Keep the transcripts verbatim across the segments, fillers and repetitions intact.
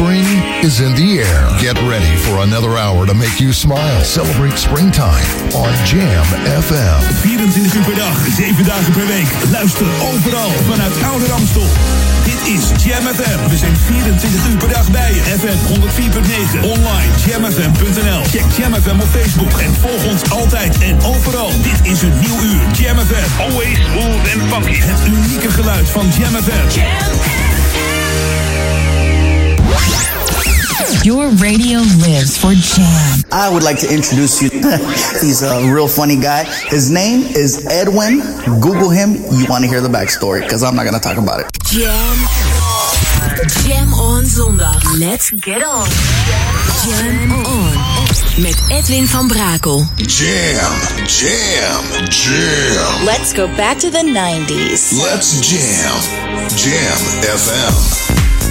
Spring is in the air. Get ready for another hour to make you smile. Celebrate springtime on Jam F M. vierentwintig uur per dag, zeven dagen per week. Luister overal vanuit Oude Amstel. Dit is Jam F M. We zijn vierentwintig uur per dag bij je. F M honderd vier punt negen. Online jam f m punt n l. Check Jam F M op Facebook en volg ons altijd en overal. Dit is een nieuw uur. Jam F M. Always smooth and funky. Het unieke geluid van Jam F M. Jam F M. Your radio lives for Jam. I would like to introduce you. He's a real funny guy. His name is Edwin. Google him. You want to hear the backstory because I'm not going to talk about it. Jam. Jam on zondag. Let's get on. Jam on. Met Edwin van Brakel. Jam, jam, jam. Let's go back to the nineties. Let's jam. Jam F M.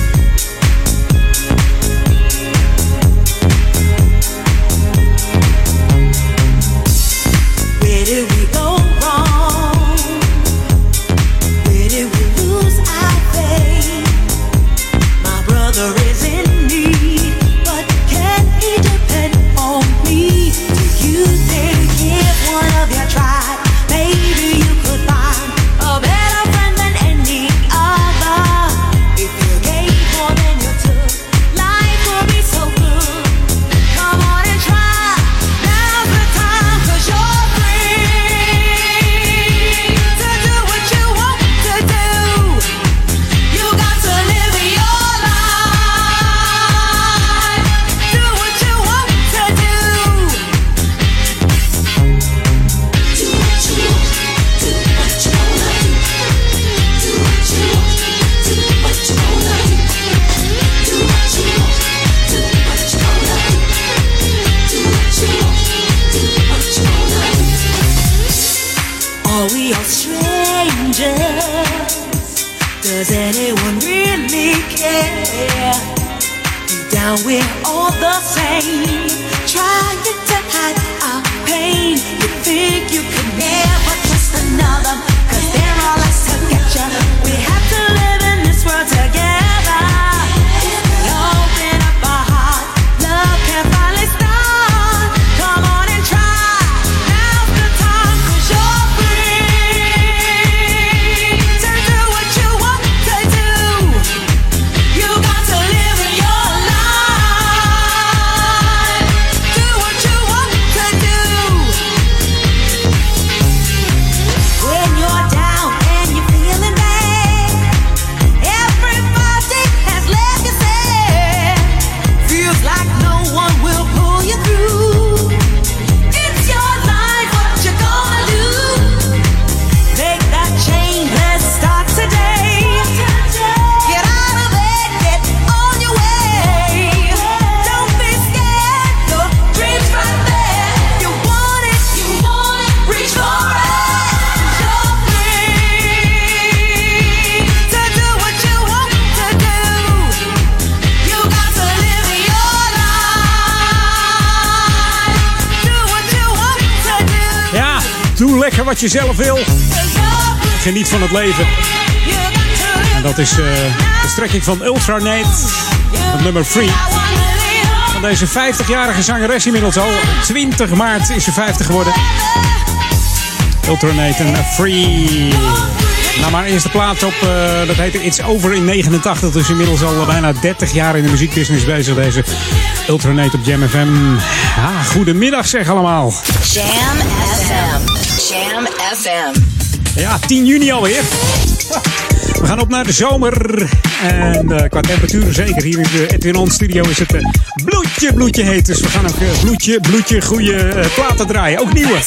Where did we go wrong? Where did we lose our faith? My brother is in need, but can he depend on me? Do you think if one of you tried, maybe you could find a better friend than any other? If you gave more than you took, life would be so good. Come on and try, now's the time, 'cause you're we are strangers. Does anyone really care? Deep down we're all the same, trying to hide our pain. You think you could never trust another, 'cause they're all out to get you. We have to live in this world together. Open up our heart, love can finally start. Come on and try, now's the time, 'cause you're lekker wat je zelf wil. Geniet van het leven. En dat is uh, de strekking van Ultranate. Het nummer Free. Van deze vijftigjarige zangeres inmiddels al. twintig maart is ze vijftig geworden. Ultranate en Free. Nou, maar eerste plaats op, uh, dat heette It's Over in negenentachtig. Dus inmiddels al bijna dertig jaar in de muziekbusiness bezig. Deze Ultranate op Jam F M. Ah, goedemiddag zeg allemaal. Jam F M. Jam F M. Ja, tien juni alweer. We gaan op naar de zomer. En uh, qua temperatuur, zeker hier in de Edwin On Studio, is het uh, bloedje, bloedje heet. Dus we gaan ook uh, bloedje, bloedje goede uh, platen draaien. Ook nieuwe.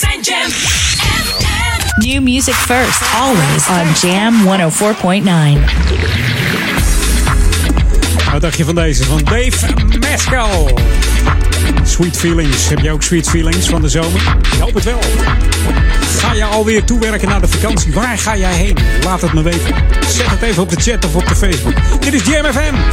New music first, always on Jam honderdvier komma negen. Wat dacht je van deze? Van Dave Mescal. Sweet Feelings. Heb je ook Sweet Feelings van de zomer? Ik hoop het wel. Ga je alweer toewerken naar de vakantie? Waar ga jij heen? Laat het me weten. Zet het even op de chat of op de Facebook. Dit is Jam F M.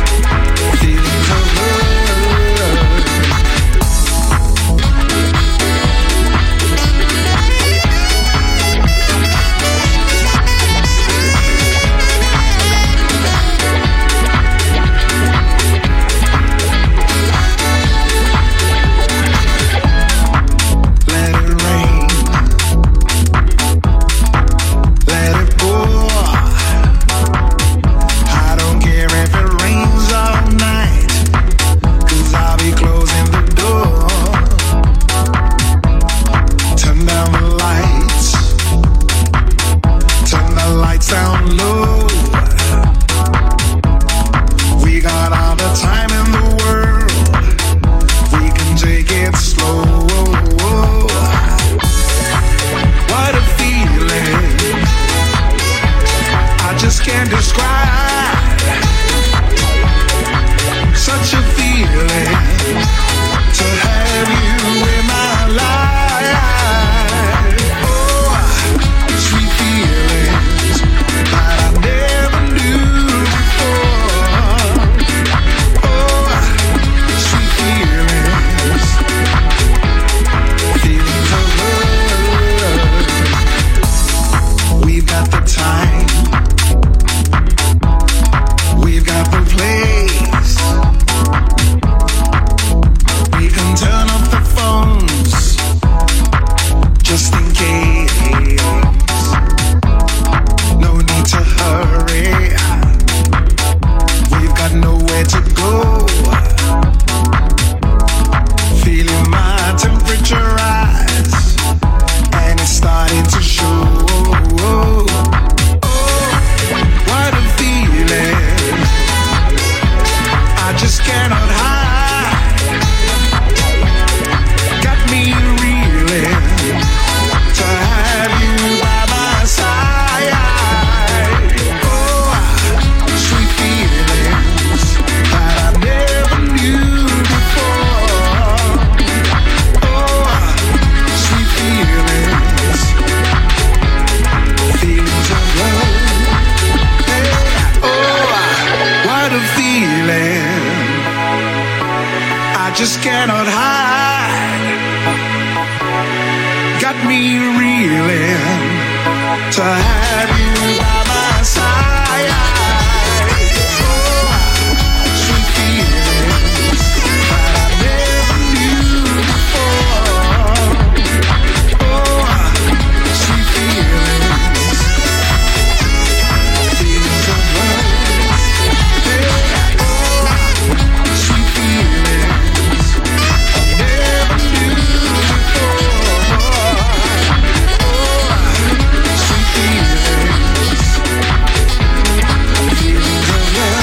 I just cannot hide. Got me reeling to have you by my side. Oh, sweet feelings that I never knew before. Oh, sweet feelings, feelings of love. Yeah. Oh, sweet feelings I never knew before. Oh, sweet feelings, feelings of love.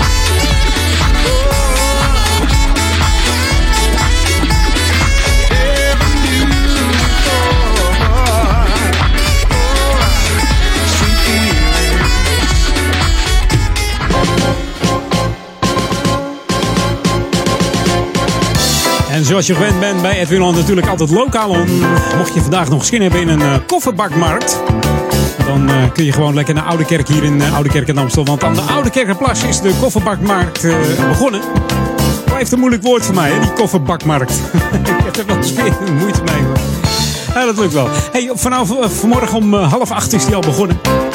En zoals je gewend bent bij Edwin On natuurlijk altijd lokaal on. Mocht je vandaag nog zin hebben in een uh, kofferbakmarkt, dan uh, kun je gewoon lekker naar Oude Kerk hier in uh, Oude Kerk in Amstel. Want aan de Oude Kerkenplas is de kofferbakmarkt uh, begonnen. Blijft een moeilijk woord voor mij, hè, die kofferbakmarkt. Ik heb er wel eens weer moeite mee. Hoor. Ja, dat lukt wel. Hey, vanaf uh, vanmorgen om uh, half acht is die al begonnen.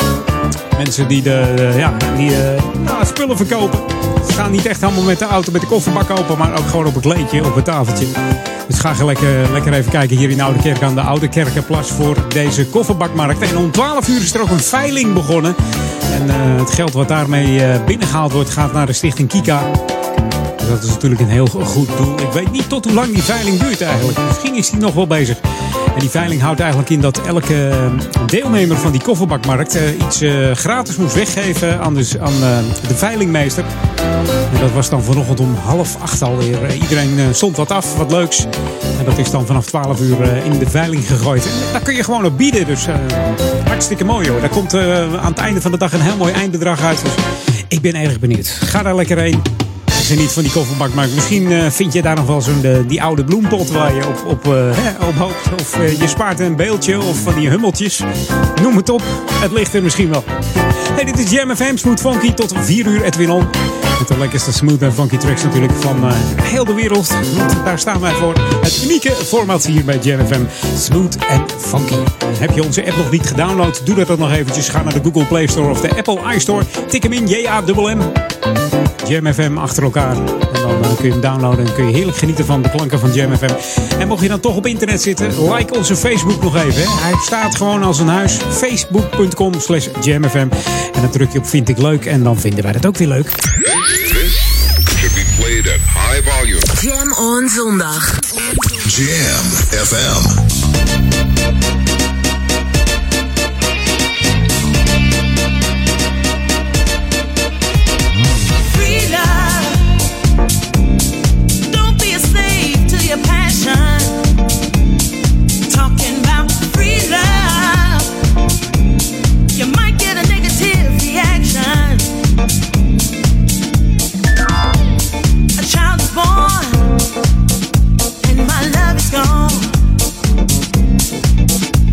Mensen die, de, uh, ja, die uh, nou, spullen verkopen. Ze gaan niet echt allemaal met de auto met de kofferbak open, maar ook gewoon op een kleedje, op een tafeltje. Dus ga lekker, lekker even kijken hier in Oude Kerk aan de Oude Kerkenplas voor deze kofferbakmarkt. En om twaalf uur is er ook een veiling begonnen. En uh, het geld wat daarmee uh, binnengehaald wordt gaat naar de stichting Kika. Dat is natuurlijk een heel goed doel. Ik weet niet tot hoe lang die veiling duurt eigenlijk. Misschien is die nog wel bezig. En die veiling houdt eigenlijk in dat elke deelnemer van die kofferbakmarkt uh, iets uh, gratis moest weggeven aan, de, aan uh, de veilingmeester. En dat was dan vanochtend om half acht alweer. Uh, iedereen uh, stond wat af, wat leuks. En dat is dan vanaf twaalf uur uh, in de veiling gegooid. En daar kun je gewoon op bieden. Dus uh, hartstikke mooi hoor. Daar komt uh, aan het einde van de dag een heel mooi eindbedrag uit. Dus ik ben erg benieuwd. Ga daar lekker heen. Niet van die kofferbak, maar misschien uh, vind je daar nog wel zo'n uh, die oude bloempot waar je op, op, uh, hè, op hoopt. Of uh, je spaart een beeldje of van die hummeltjes. Noem het op, het ligt er misschien wel. Hey, dit is Jam F M, Smooth Funky, tot vier uur Edwin On. Met de lekkerste smooth en funky tracks natuurlijk van uh, heel de wereld. Want daar staan wij voor. Het unieke format hier bij Jam F M, Smooth en Funky. Heb je onze app nog niet gedownload? Doe dat dan nog eventjes. Ga naar de Google Play Store of de Apple iStore. Tik hem in, J A M M. Jam F M achter elkaar. En dan uh, kun je hem downloaden en kun je heerlijk genieten van de klanken van Jam F M. En mocht je dan toch op internet zitten, like onze Facebook nog even. Hè. Hij staat gewoon als een huis. Facebook punt com slash Jam F M. En dan druk je op vind ik leuk en dan vinden wij dat ook weer leuk. This should be played at high volume. Jam on zondag. Jam F M. Talking about free love, you might get a negative reaction. A child is born, and my love is gone.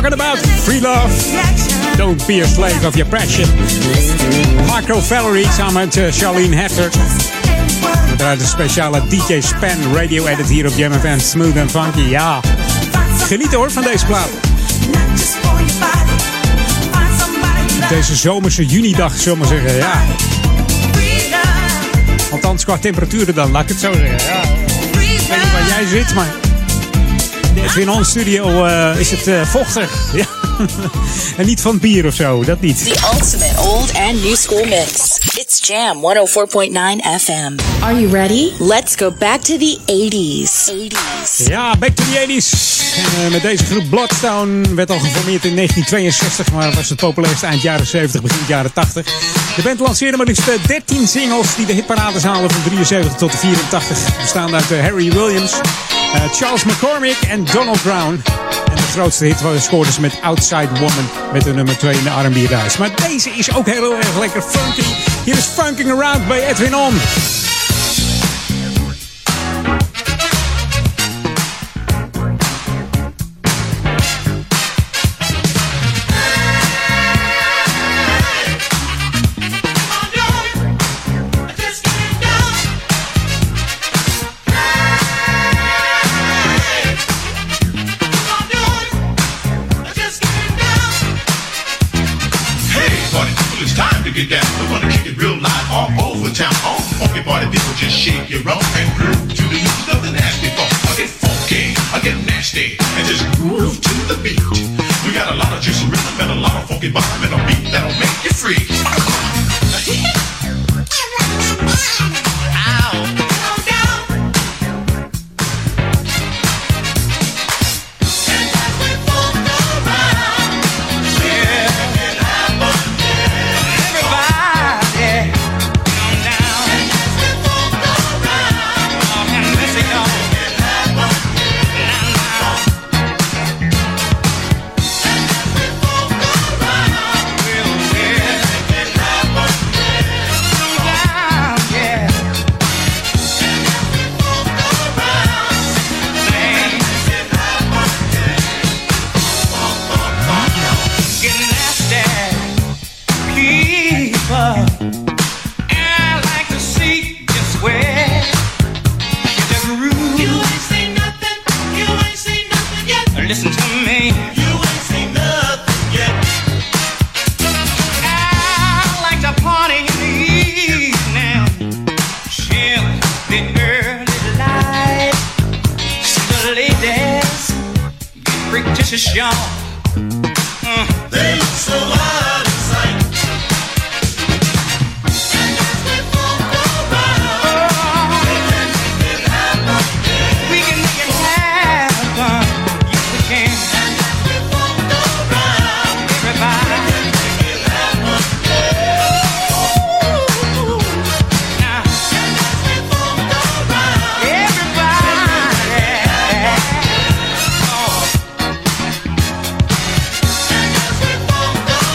talking about free love. Don't be a slave of your passion. Marco Valerie samen met uh, Charlene Heffer. We draaien de speciale D J Span radio edit hier op Jam F M. Smooth and funky, ja. Geniet hoor van deze plaat. Deze zomerse junidag, zullen we maar zeggen, ja. Althans qua temperaturen dan, laat ik het zo zeggen, ja. Ik weet niet waar jij zit, maar in de Edwin On studio uh, is het uh, vochtig. Ja. En niet van bier of zo, dat niet. The ultimate old and new school mix. It's Jam honderdvier komma negen F M. Are you ready? Let's go back to the eighties. eighties. Ja, back to the eighties. En uh, met deze groep Bloodstone werd al geformeerd in negentien tweeënzestig, maar was het populairste eind jaren zeventig, begin jaren tachtig. De band lanceerde maar liefst dertien singles die de hitparades haalden van drieënzeventig tot vierentachtig. Bestaande uit uh, Harry Williams, uh, Charles McCormick en Donald Brown. En de grootste hit scoorde ze met Outside Woman met de nummer twee in de R en B-lijst. Maar deze is ook heel erg lekker funky. Hier is Funking Around bij Edwin On. Get down, we're gonna kick it real live all over town. All funky party people just shake your rump and groove to the music of the nasty funk. I get funky, I get nasty, and just groove to the beat. We got a lot of juicy rhythm and a lot of funky bottom and a beat that'll make you free. Go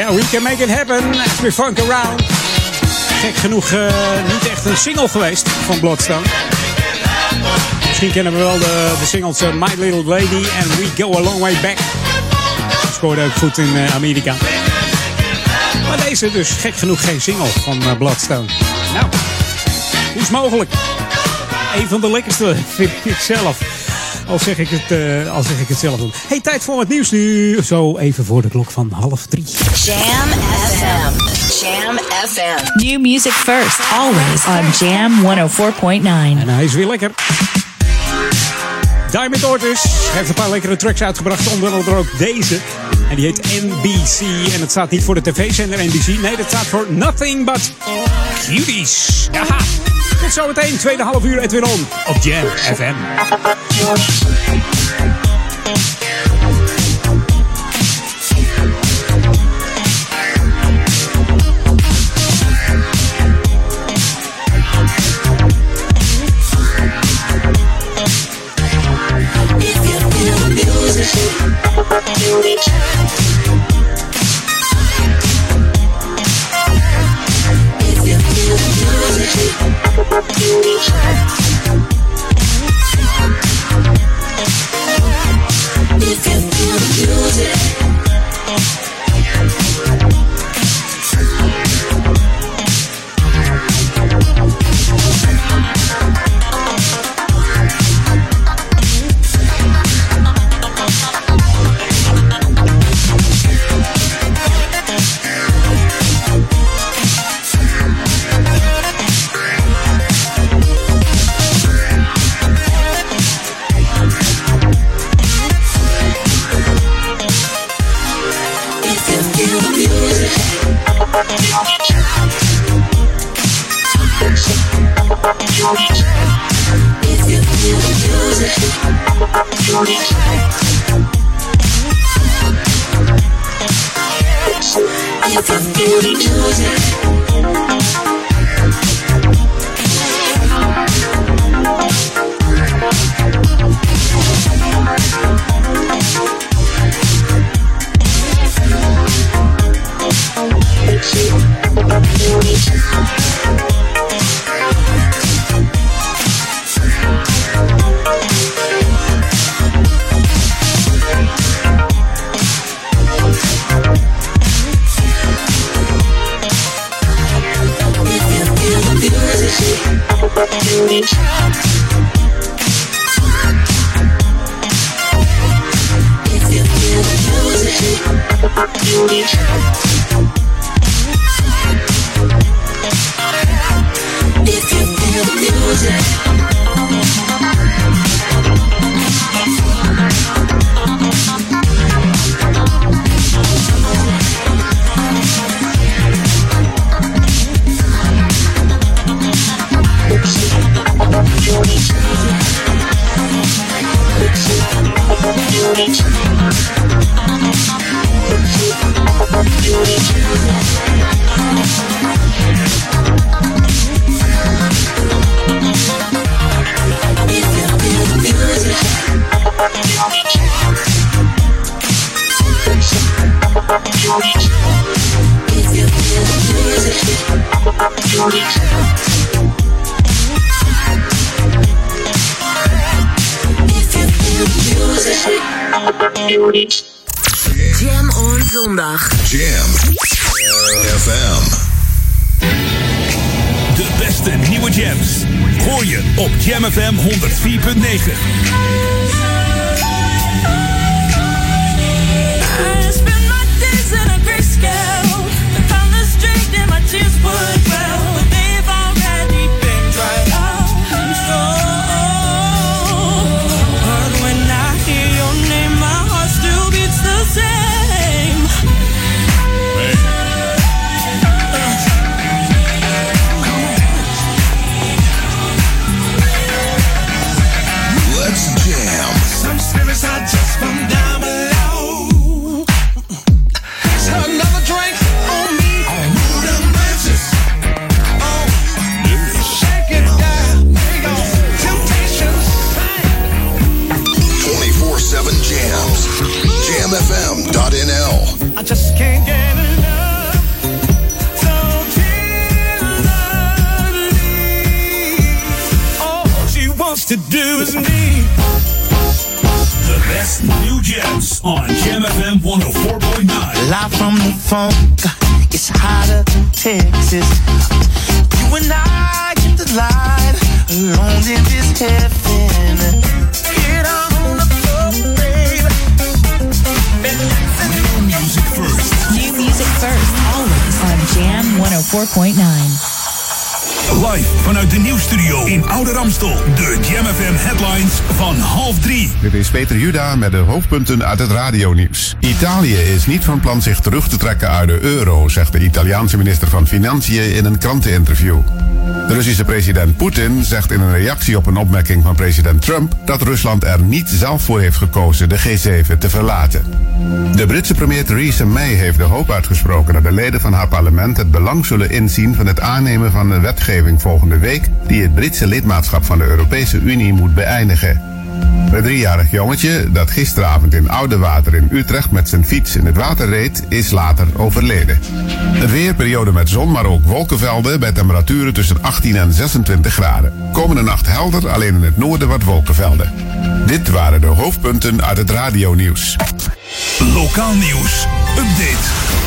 Ja, We Can Make It Happen as we funk around. Gek genoeg uh, niet echt een single geweest van Bloodstone. Misschien kennen we wel de, de singles uh, My Little Lady en We Go A Long Way Back. Dat scoorde ook goed in uh, Amerika. Maar deze dus gek genoeg geen single van uh, Bloodstone. Nou, hoe is mogelijk? Een van de lekkerste vind ik zelf. Al zeg ik het, uh, al zeg ik het zelf doen. Hey, tijd voor het nieuws nu. Zo even voor de klok van half drie. Jam F M. Jam F M. New music first, always on Jam honderdvier komma negen. En hij is weer lekker. Diamond Ortiz heeft een paar lekkere tracks uitgebracht. Onder andere ook deze. En die heet N B C. En het staat niet voor de tv-zender N B C. Nee, dat staat voor Nothing But Cuties. Aha. Tot zometeen, tweede half uur Edwin On op Jam F M. Jam on zondag. Jam F M. De beste nieuwe jams hoor je op Jam F M honderdvier komma negen. I spend my days in a grayscale and found the strength in my tears would well, but they've already been dried out. So, but when I hear your name, my heart still beats the same. Hey. Uh. Let's jam. Some spirits are just from down below. So another drink. wants to do is me. The best new jams on Jam F M one oh four point nine. Live from the funk, it's hotter than Texas. You and I get the light, alone in this heaven. Get on the floor, baby. New music first. New music first, always on Jam one oh four point nine. Live vanuit de nieuwsstudio in Oude Ramstel. De Jam F M headlines van half drie. Dit is Peter Juda met de hoofdpunten uit het radionieuws. Italië is niet van plan zich terug te trekken uit de euro, zegt de Italiaanse minister van Financiën in een kranteninterview. De Russische president Poetin zegt in een reactie op een opmerking van president Trump dat Rusland er niet zelf voor heeft gekozen de G zeven te verlaten. De Britse premier Theresa May heeft de hoop uitgesproken dat de leden van haar parlement het belang zullen inzien van het aannemen van een wetgeving volgende week die het Britse lidmaatschap van de Europese Unie moet beëindigen. Een driejarig jongetje dat gisteravond in Oudewater in Utrecht met zijn fiets in het water reed, is later overleden. Het weer, periode met zon, maar ook wolkenvelden bij temperaturen tussen achttien en zesentwintig graden. Komende nacht helder, alleen in het noorden wat wolkenvelden. Dit waren de hoofdpunten uit het radionieuws. Lokaal nieuws. Update.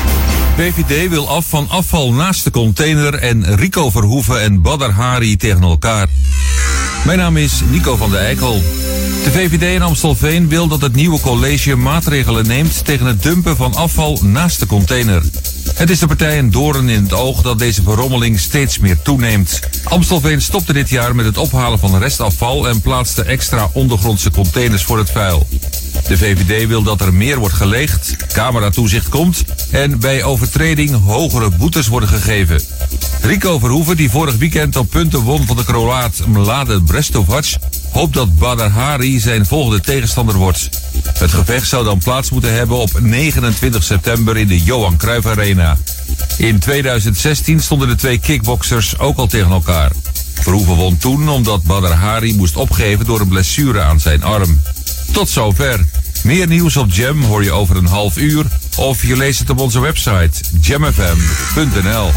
V V D wil af van afval naast de container en Rico Verhoeven en Badr Hari tegen elkaar. Mijn naam is Nico van der Eikel. De V V D in Amstelveen wil dat het nieuwe college maatregelen neemt tegen het dumpen van afval naast de container. Het is de partij een doorn in het oog dat deze verrommeling steeds meer toeneemt. Amstelveen stopte dit jaar met het ophalen van restafval en plaatste extra ondergrondse containers voor het vuil. De V V D wil dat er meer wordt geleegd, cameratoezicht komt en bij overtreding hogere boetes worden gegeven. Rico Verhoeven, die vorig weekend op punten won van de Kroaat Mlade Brestovac, hoopt dat Badr Hari zijn volgende tegenstander wordt. Het gevecht zou dan plaats moeten hebben op negenentwintig september in de Johan Cruijff Arena. In tweeduizend zestien stonden de twee kickboxers ook al tegen elkaar. Verhoeven won toen omdat Badr Hari moest opgeven door een blessure aan zijn arm. Tot zover. Meer nieuws op Jam hoor je over een half uur of je leest het op onze website jam f m punt n l.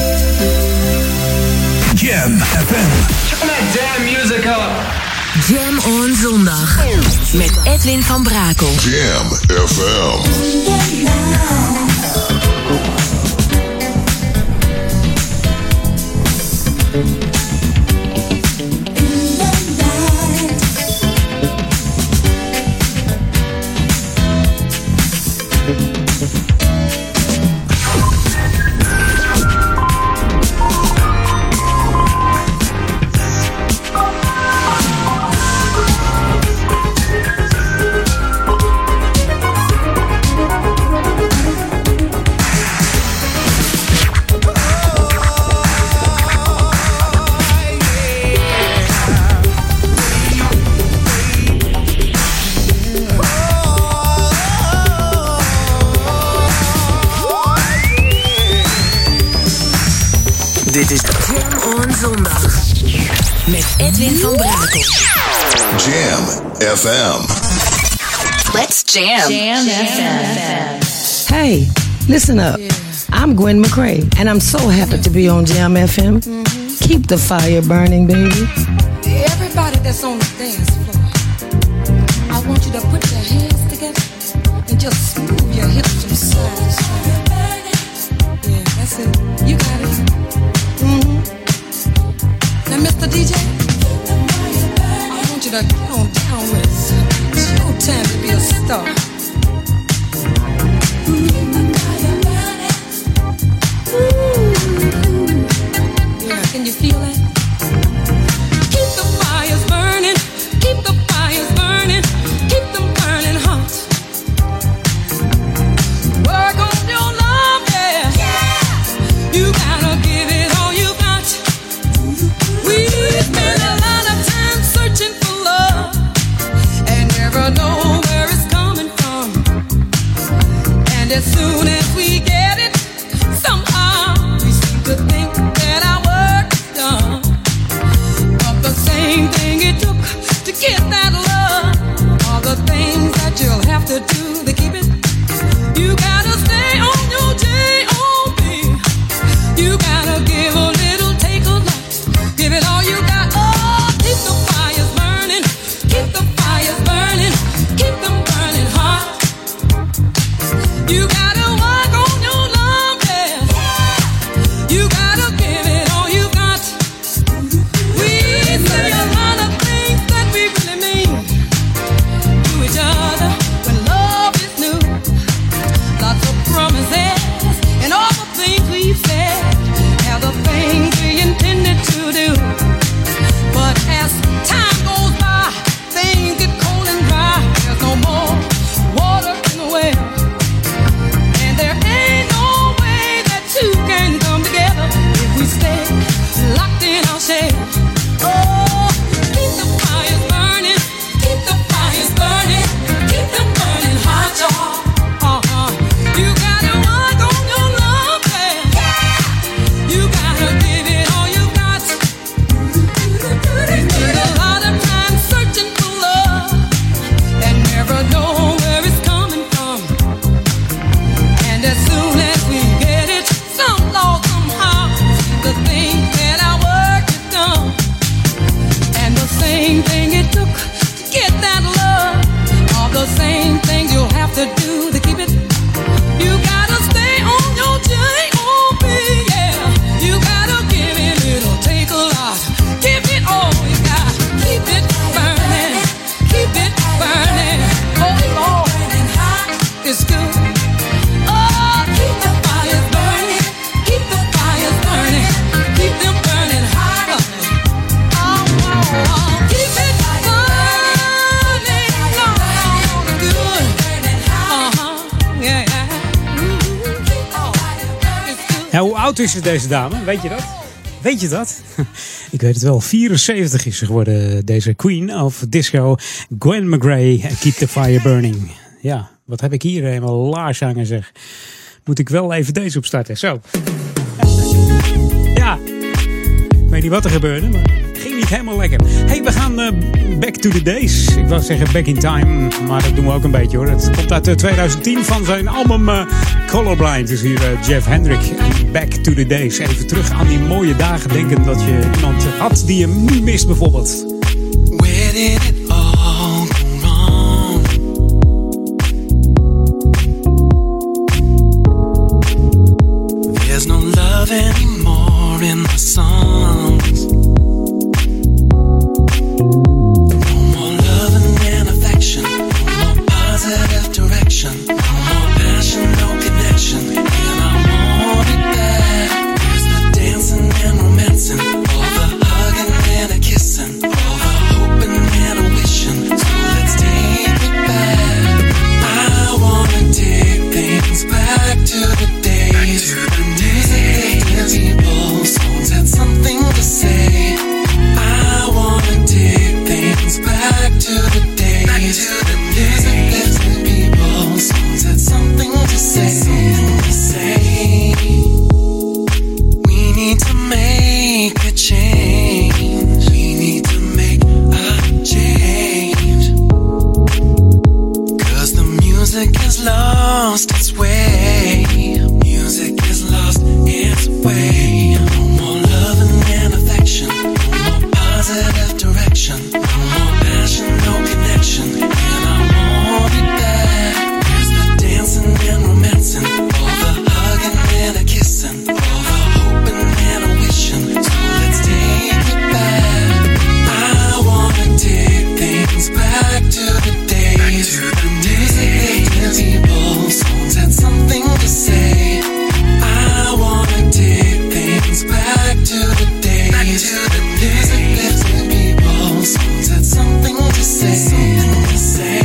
Jam F M. Turn that damn music up. Jam on zondag met Edwin van Brakel. Jam F M. Dit is Jam on zondag met Edwin van Brakel. Jam F M. Let's jam. Jam F M. Hey, listen up. I'm Gwen McCrae, and I'm so happy to be on Jam F M. Keep the fire burning, baby. Everybody that's on the dance floor, I want you to put your hands together and just move your hips from side to side. Yeah, that's it. You got it. Mm-hmm. Now, Mister D J, I want you to get on down with it. It's your time to be a star. Yeah, can you feel that? Keep the fires burning, keep the fires burning, keep them burning hot. Work on your love, yeah. yeah. You gotta give it all you got. We spend a lot of time searching for love and never know where it's coming from. And as soon as we get it, somehow we seem to think that our work is done. But the same thing it took to get that love, all the things that you'll have to do to keep it. You gotta stay on your J O B. You gotta give a little, take a lot. Give it all you got. Oh, keep the fires burning. oud is deze dame? Weet je dat? Weet je dat? Ik weet het wel. vierenzeventig is ze geworden, deze Queen of Disco. Gwen McRae, Keep the Fire Burning. Ja, wat heb ik hier helemaal laarsangen zeg. Moet ik wel even deze opstarten. Zo. Ja. Ik weet niet wat er gebeurde, maar het ging niet helemaal lekker. Hey, we gaan uh, back to the days. Ik wou zeggen back in time, maar dat doen we ook een beetje hoor. Het komt uit uh, twintig tien van zijn album uh, Colorblind. Dus hier uh, Jeff Hendrick en Back to the Days. Even terug aan die mooie dagen denken dat je iemand had die je nu mist bijvoorbeeld. Where did it all go wrong? There's no love anymore in the songs. No more love and affection. No more positive direction. No more passion, no connection. And I want it back. There's the dancing and romancing. All the hugging and a kissing. All the hoping and a wishing. So let's take it back. I wanna take things back to the days. To the music and people. Songs had something to say. I wanna take things back to the days. Back to the music and people. Songs had something to say. Something to say. We need to make a change. We need to make a change. Cause the music has lost its way. Music has lost its way. No more love and affection. No more positive direction. No more passion, no connection. And I want it back. There's the dancing and romancing. All the hugging and a kissing. All the hoping and a wishing. So let's take it back. I wanna take things back to the days. To the music and people. Songs had something to say. I wanna take things back to the days. Back to the music and people. Songs had something to say. Something to say.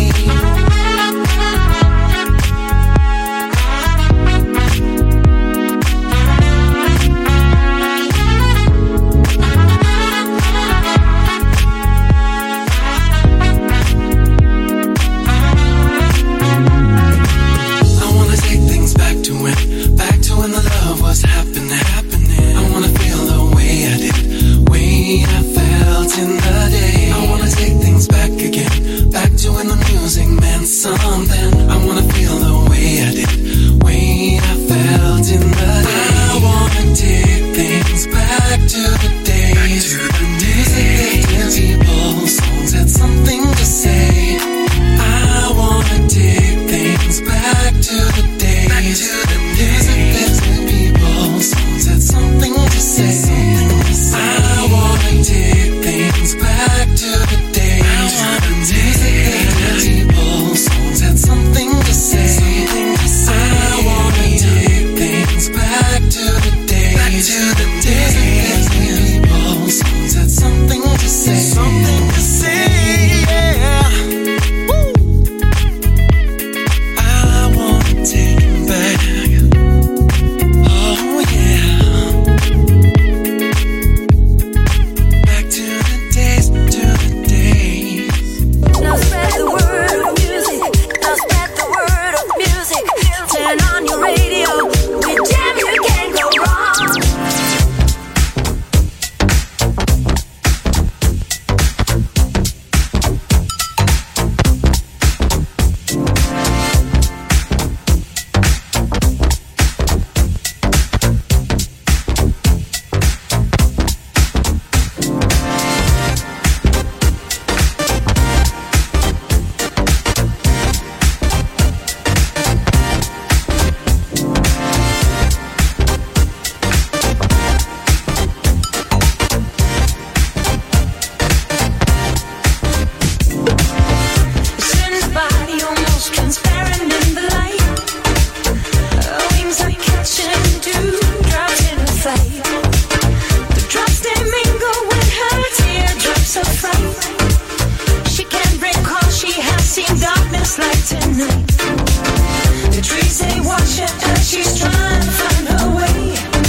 I wanna take things back to when, back to when the love was happening, happening. I wanna feel the way I did, way I felt in the day. I wanna take things back again, back to when the music meant something. I wanna feel the way I did, way I felt in the day. I wanna take things back to the days, to the music and people. Songs had something to say. I wanna take things back to the days, back to the music and people. Songs had something to say. I wanna take things back to the days, to the music and people. Songs had something to say. I wanna take things back to the days, back to the music and people. Songs had something to say. Something to say, yeah. Woo. I wanna take it back. Oh yeah. Back to the days, to the days. Now spread the word of music. Now spread the word of music. Turn on your radio. With Jam you can't go wrong. Send body almost transparent in the light. Wings are catching dewdrops in her flight. The drops they mingle with her teardrops of fright. She can't recall she has seen darkness like tonight. The trees they watch her as she's trying to find her way.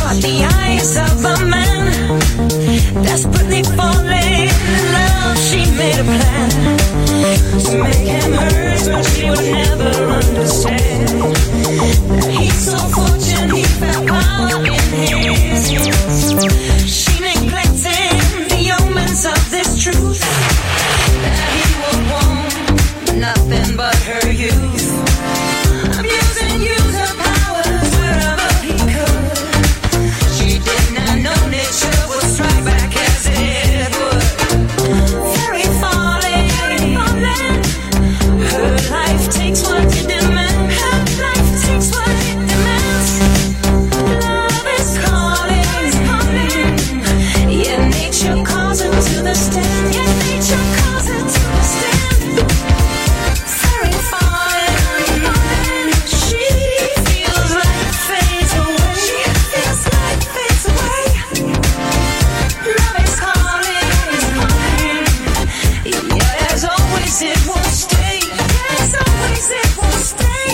caught the eyes of a man, desperately falling in love. She made a plan to make him hers, but she would never understand that he's so fortunate he found power in his hands. She neglected the omens of this truth, that he would want nothing but her youth. Abuse and use her powers wherever he could. She did not know nature would strike back as it would. Very falling, very falling. Her life takes what it demands. Her life takes what it demands. Love is calling, calling. Yeah, nature calls her to the stand. Yeah, nature calls her to the stand. Very falling, falling. She feels like fades away. She feels like fades away. Love is calling, calling. Yeah, as always it won't stay. Yeah, as always it won't stay.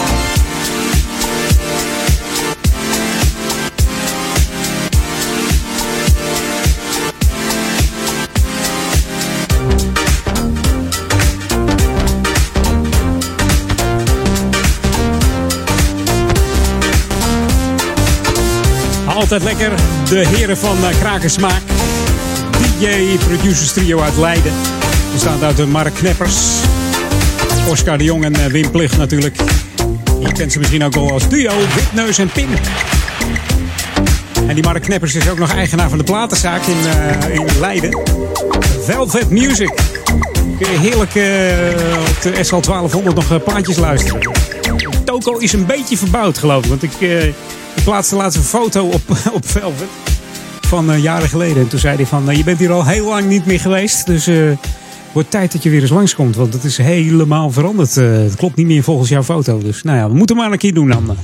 Altijd lekker. De heren van uh, Krakersmaak. D J-producers trio uit Leiden. Bestaat uit de Mark Kneppers, Oscar de Jong en uh, Wim Plicht natuurlijk. Je kent ze misschien ook wel als duo Wipneus en Pim. En die Mark Kneppers is ook nog eigenaar van de platenzaak in, uh, in Leiden. Velvet Music. Kun je heerlijk uh, op de S L twaalfhonderd nog uh, plaatjes luisteren. Toko is een beetje verbouwd geloof ik. Want ik, uh, ik plaatste laatst een foto op, op Velvet. Van uh, jaren geleden. En toen zei hij van, uh, je bent hier al heel lang niet meer geweest. Dus uh, wordt tijd dat je weer eens langskomt. Want het is helemaal veranderd. Uh, het klopt niet meer volgens jouw foto. Dus nou ja, we moeten maar een keer doen dan.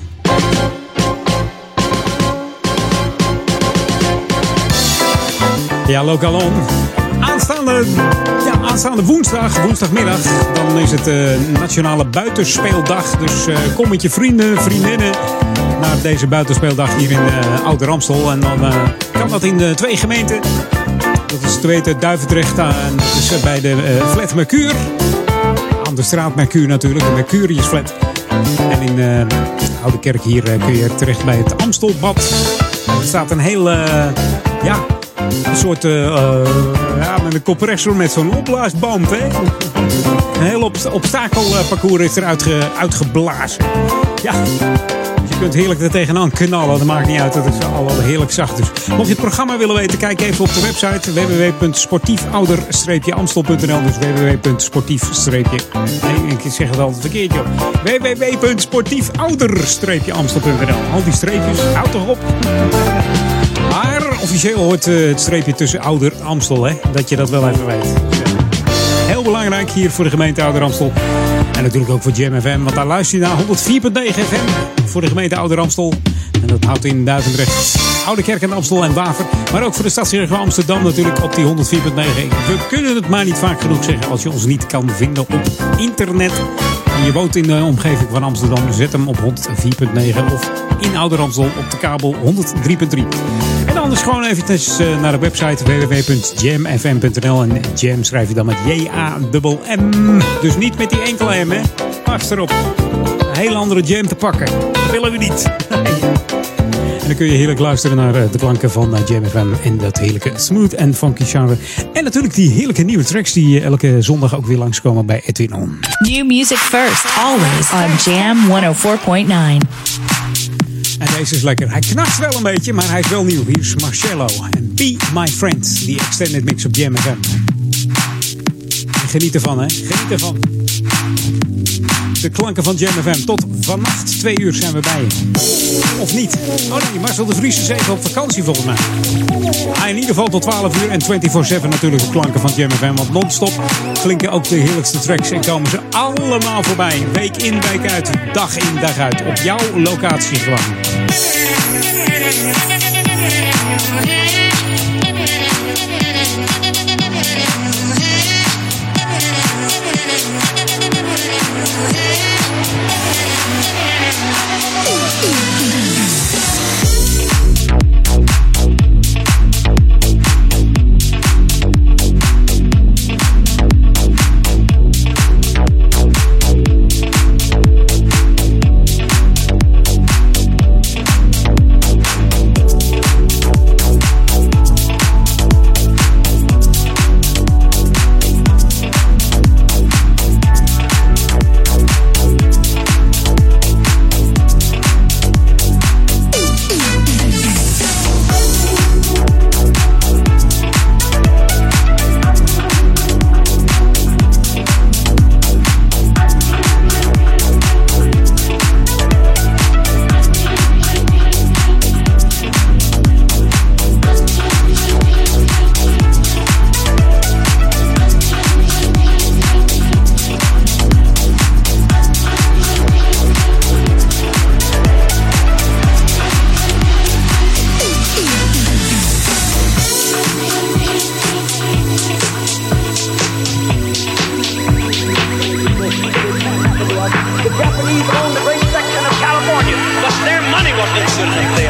Ja, Lokalon. Aanstaande, ja, aanstaande woensdag, woensdagmiddag, dan is het uh, Nationale Buitenspeeldag. Dus uh, kom met je vrienden, vriendinnen naar deze buitenspeeldag hier in uh, Oude Ramstel. En dan uh, kan dat in de twee gemeenten. Dat is te weten Duivendrecht en dat is uh, bij de uh, flat Mercure. Aan de straat Mercure natuurlijk, de Mercuriusflat. En in uh, Oude Kerk hier uh, kun je terecht bij het Amstelbad. Er staat een heel, uh, ja... Een soort, uh, uh, ja, met een compressor met zo'n opblaasband, hè. Een heel obst- obstakelparcours is er uitge- uitgeblazen. Ja, dus je kunt heerlijk er tegenaan knallen. Dat maakt niet uit, dat is al wel heerlijk zacht. Dus mocht je het programma willen weten, kijk even op de website w w w punt sportiefouder amstel punt n l. Dus w w w punt sportief Nee, ik zeg het altijd verkeerd, joh. w w w punt sportiefouder amstel punt n l. Al die streepjes, houd toch op. Maar officieel hoort uh, het streepje tussen Ouder Amstel, hè? Dat je dat wel even weet. Dus, uh, heel belangrijk hier voor de gemeente Ouder Amstel. En natuurlijk ook voor Jam F M, want daar luister je naar honderd vier komma negen F M voor de gemeente Ouder Amstel. En dat houdt in Duivendrecht, Oude Kerk en Amstel en Waver. Maar ook voor de stadsregio Amsterdam natuurlijk op die honderd vier komma negen. We kunnen het maar niet vaak genoeg zeggen als je ons niet kan vinden op internet. En je woont in de omgeving van Amsterdam, zet hem op honderd vier komma negen of in Ouder Amstel op de kabel honderd drie komma drie. En anders gewoon eventjes naar de website w w w punt jam f m punt n l. En Jam schrijf je dan met J A M M. Dus niet met die enkele M, hè. Pas erop. Een hele andere jam te pakken. Dat willen we niet. En dan kun je heerlijk luisteren naar de klanken van Jam F M en dat heerlijke smooth en funky genre. En natuurlijk die heerlijke nieuwe tracks die elke zondag ook weer langskomen bij Edwin On. New music first, always on Jam honderdvier komma negen. En deze is lekker. Hij knakt wel een beetje, maar hij is wel nieuw. Hier is Marcello en Be My Friend. Die extended mix op Jam F M. En geniet ervan, hè. Geniet ervan. De klanken van Jam F M. Tot vannacht twee uur zijn we bij je. Of niet? Oh nee, Marcel de Vries is even op vakantie volgens mij. Ah, in ieder geval tot twaalf uur en vierentwintig zeven natuurlijk de klanken van Jam F M. Want non-stop klinken ook de heerlijkste tracks en komen ze allemaal voorbij. Week in, week uit, dag in, dag uit. Op jouw locatie gewoon. Chinese owned a great section of California, but their money wasn't as good as theirs.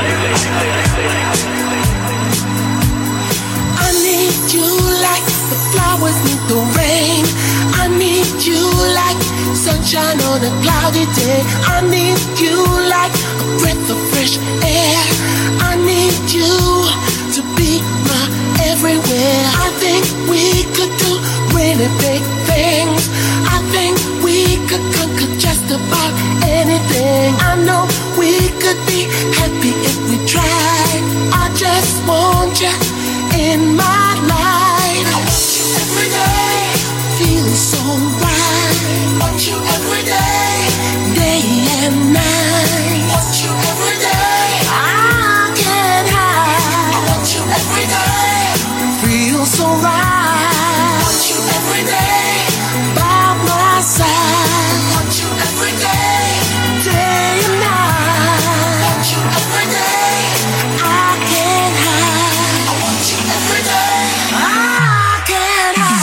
I need you like the flowers need the rain. I need you like sunshine on a cloudy day. I need you like a breath of fresh air. I need you to be my everywhere. I think we could do really big things. I think we could conquer just about anything. I know we could be happy if we tried. I just want you in my life. I want you every day, feeling so right. Want you every day, day and night. Want you every day, I can't hide. I want you every day, feel so right. Want you every day, by my side. Want you every day, day and night. Want you every day, I can't hide. I want you every day, I can't hide.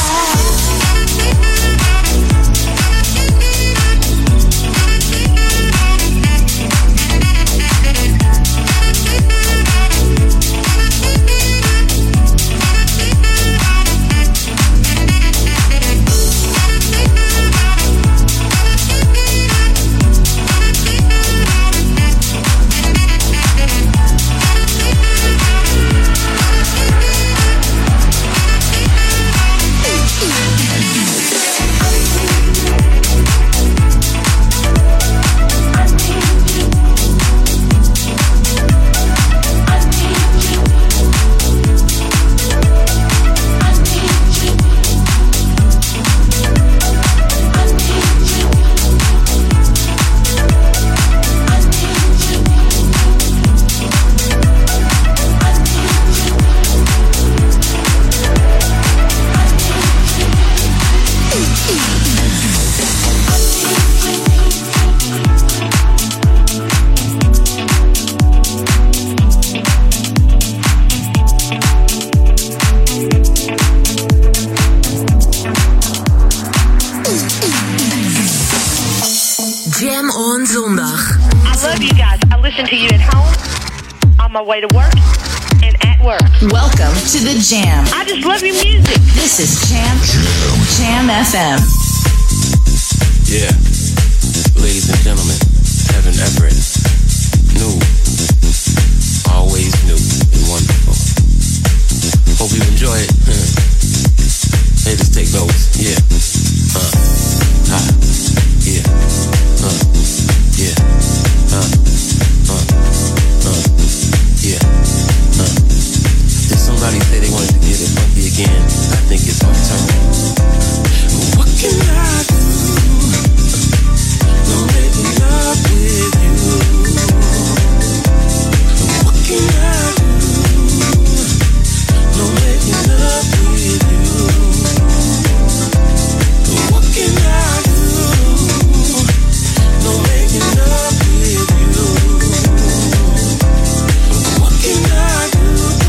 Jam on zondag. I love you guys. I listen to you at home, on my way to work, and at work. Welcome to the Jam. I just love your music. This is Jam, Jam F M. Yeah, ladies and gentlemen, Kevin Everett, new, always new and wonderful. Hope you enjoy it. Hey, just take notes. Yeah, uh, ah, yeah, uh, yeah, uh, uh, uh, yeah, uh. Did somebody say they wanted to get it funky again? I think it's my turn. What can I do? No making up with you. What can I do? No making up with you. What can I do? No making up with you. What can I do?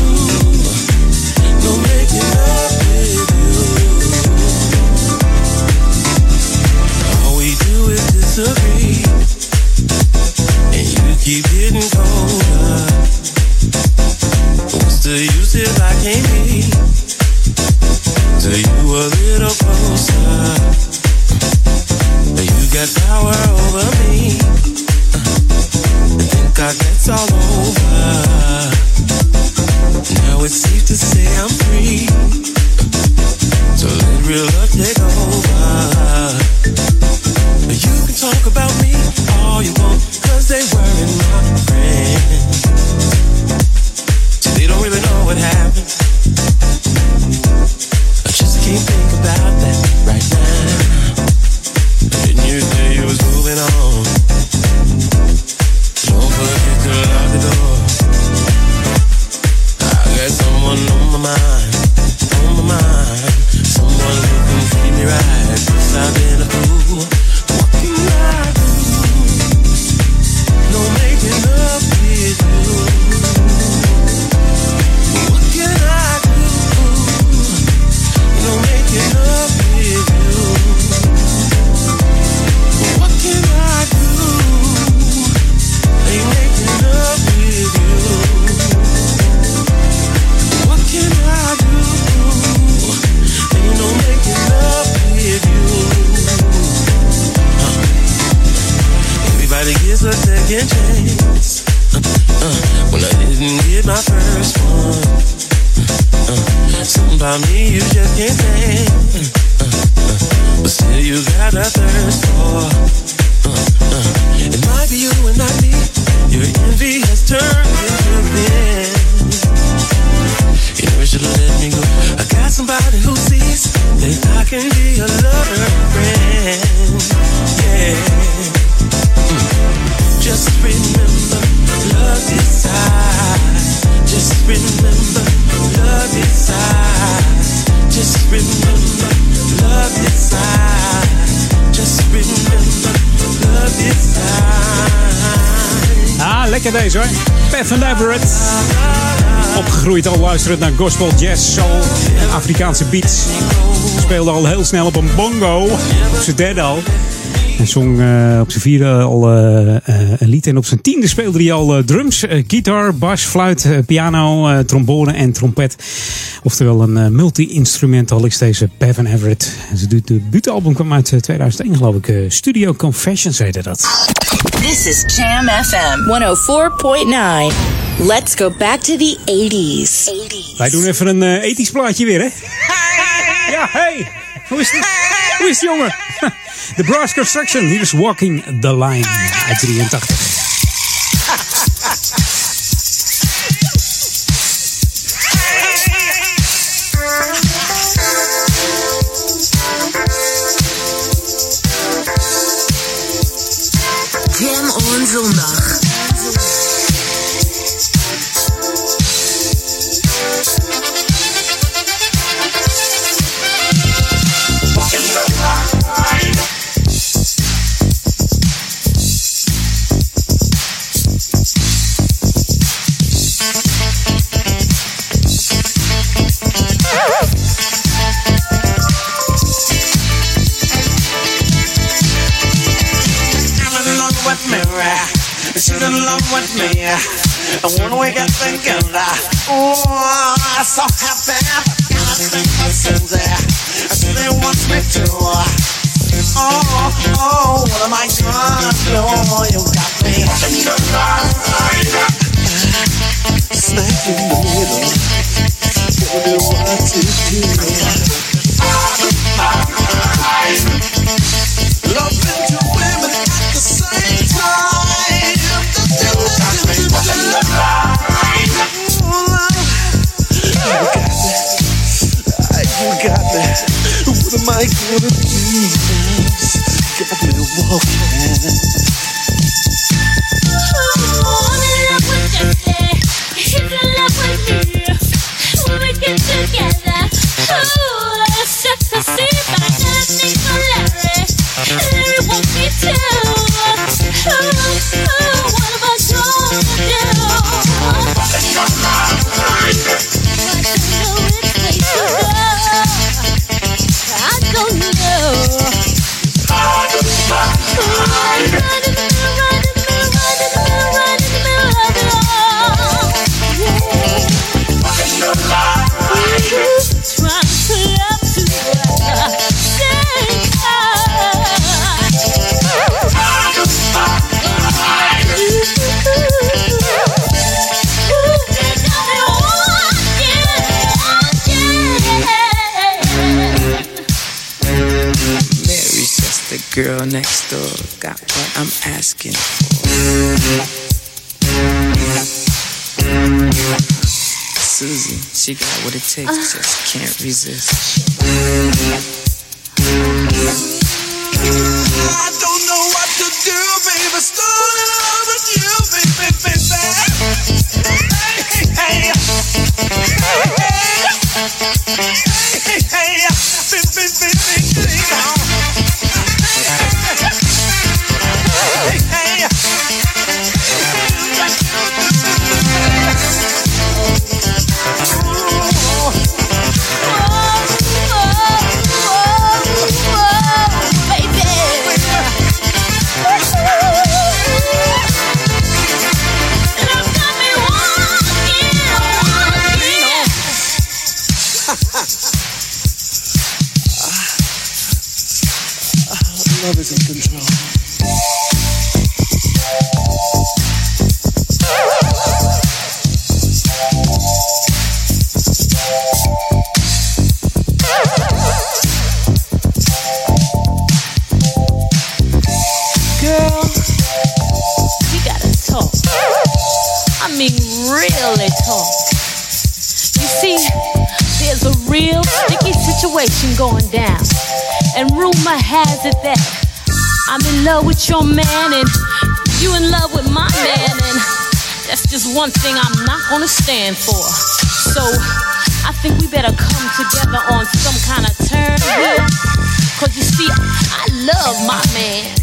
No making up with you. All we do is disagree, and you keep getting colder. What's the use if I can't be to you a little closer? You got power over me. I think I that's all over. Now it's safe to say I'm free. So let real love take over. You can talk about me all you want, cause they weren't my friends. So they don't really know what happened. I just can't think about that right now. Didn't you say you was moving on? Don't forget to lock the door. I got someone on my mind, on my mind. Someone who can treat me right, 'cause I've been a fool. What can I do? No Everybody gets a second chance. Uh, uh, when I didn't get my first one. Uh, something about me you just can't stand. Uh, uh, but still you got a thirst for. Uh, uh, it might be you and not me. Your envy has turned into pain. You never should have let me go. I got somebody who sees that I can be a lover and friend. Yeah. Mm. Just remember, love decides. Just remember, love decides. Just remember, love decides. Just remember, love decides. Ah, lekker deze hoor. Peven Everett. Opgegroeid al luisterend naar gospel, jazz, soul en Afrikaanse beats. Speelde al heel snel op een bongo. Op zijn derde al. En zong uh, op zijn vierde al uh, uh, een lied. En op zijn tiende speelde hij al uh, drums, uh, gitaar, bas, fluit, uh, piano, uh, trombone en trompet. Oftewel een uh, multi-instrumentalist, deze Peven Everett. En zijn debuutalbum kwam uit uh, tweeduizend één geloof ik. Uh, Studio Confessions heette dat. This is Jam F M honderdvier komma negen. Let's go back to the eighties. Wij doen even een uh, ethisch plaatje weer, hè? Ja, hey! Hoe is het? Hoe is het, jongen? The Brass Construction, hier is Walking the Line uit drieëntachtig. Jam on zondag. Shoot in love with me. And when we get thinking that, oh, I'm so happy. I think my sins there. So they want me to. Oh, oh, what am I gonna do? You got me. Smack in the middle. Don't know what to do. Loving two women at the same time. You got that. What am I gonna do? Got me walking. Oh, I'm in love with you, you're in love with me. When we get together, oh, it's just to see if I got things for Larry. Larry wants me too. Oh, oh, what am I gonna do? I don't know. Girl next door got what I'm asking for. Susie, she got what it takes, uh. just can't resist. I don't know what to do, baby. Still in love with you, baby, baby. Hey, hey, hey, hey, hey, baby, baby, baby. Love is in control. mean really talk. You see, there's a real sticky situation going down. And rumor has it that I'm in love with your man and you in love with my man. And that's just one thing I'm not gonna stand for. So I think we better come together on some kind of term here. Cause you see, I love my man.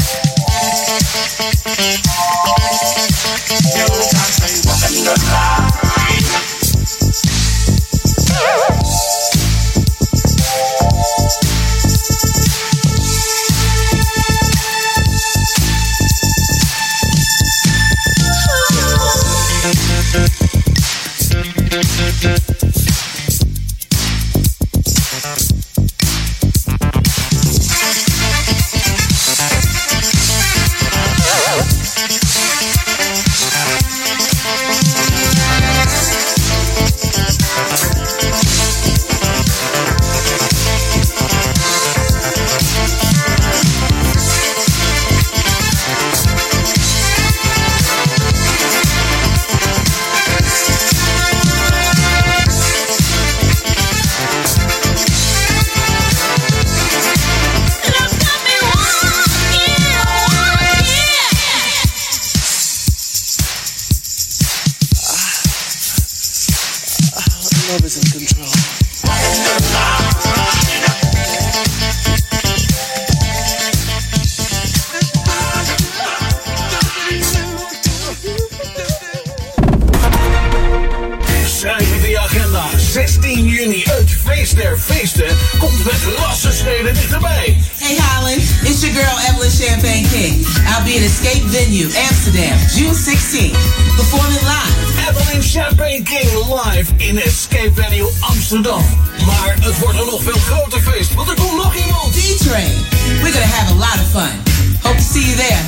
Amsterdam. Maar het wordt een nog veel groter feest, want er komt nog iemand. D-Train. We're gonna have a lot of fun. Hope to see you there.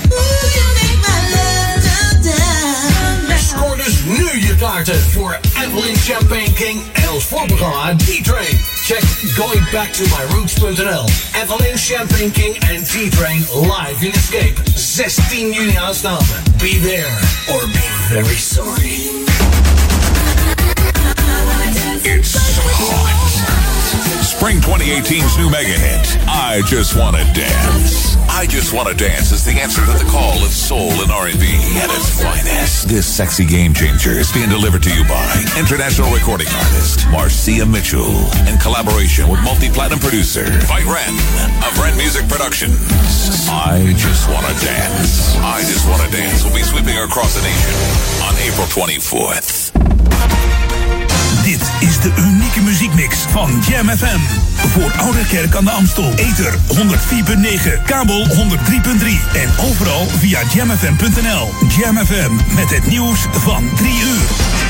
Scoor dus nu je kaarten voor Evelyn Champagne King en ons voorprogramma D-Train. Check going back to my roots dot n l. Evelyn Champagne King en D-Train live in Escape. zestien juni aanstaande. Be there or be very sorry. It's hot. Spring twenty eighteen's new mega hit, I Just Wanna Dance. I Just Wanna Dance is the answer to the call of soul and R and B at its finest. This sexy game changer is being delivered to you by international recording artist Marcia Mitchell in collaboration with multi-platinum producer Fight Ren of Ren Music Productions. I Just Wanna Dance. I Just Wanna Dance will be sweeping across the nation on April twenty-fourth. Dit is de unieke muziekmix van Jam F M. Voor Ouderkerk aan de Amstel. Ether honderd vier punt negen, kabel honderd drie punt drie. En overal via jam f m punt n l. Jam F M met het nieuws van drie uur.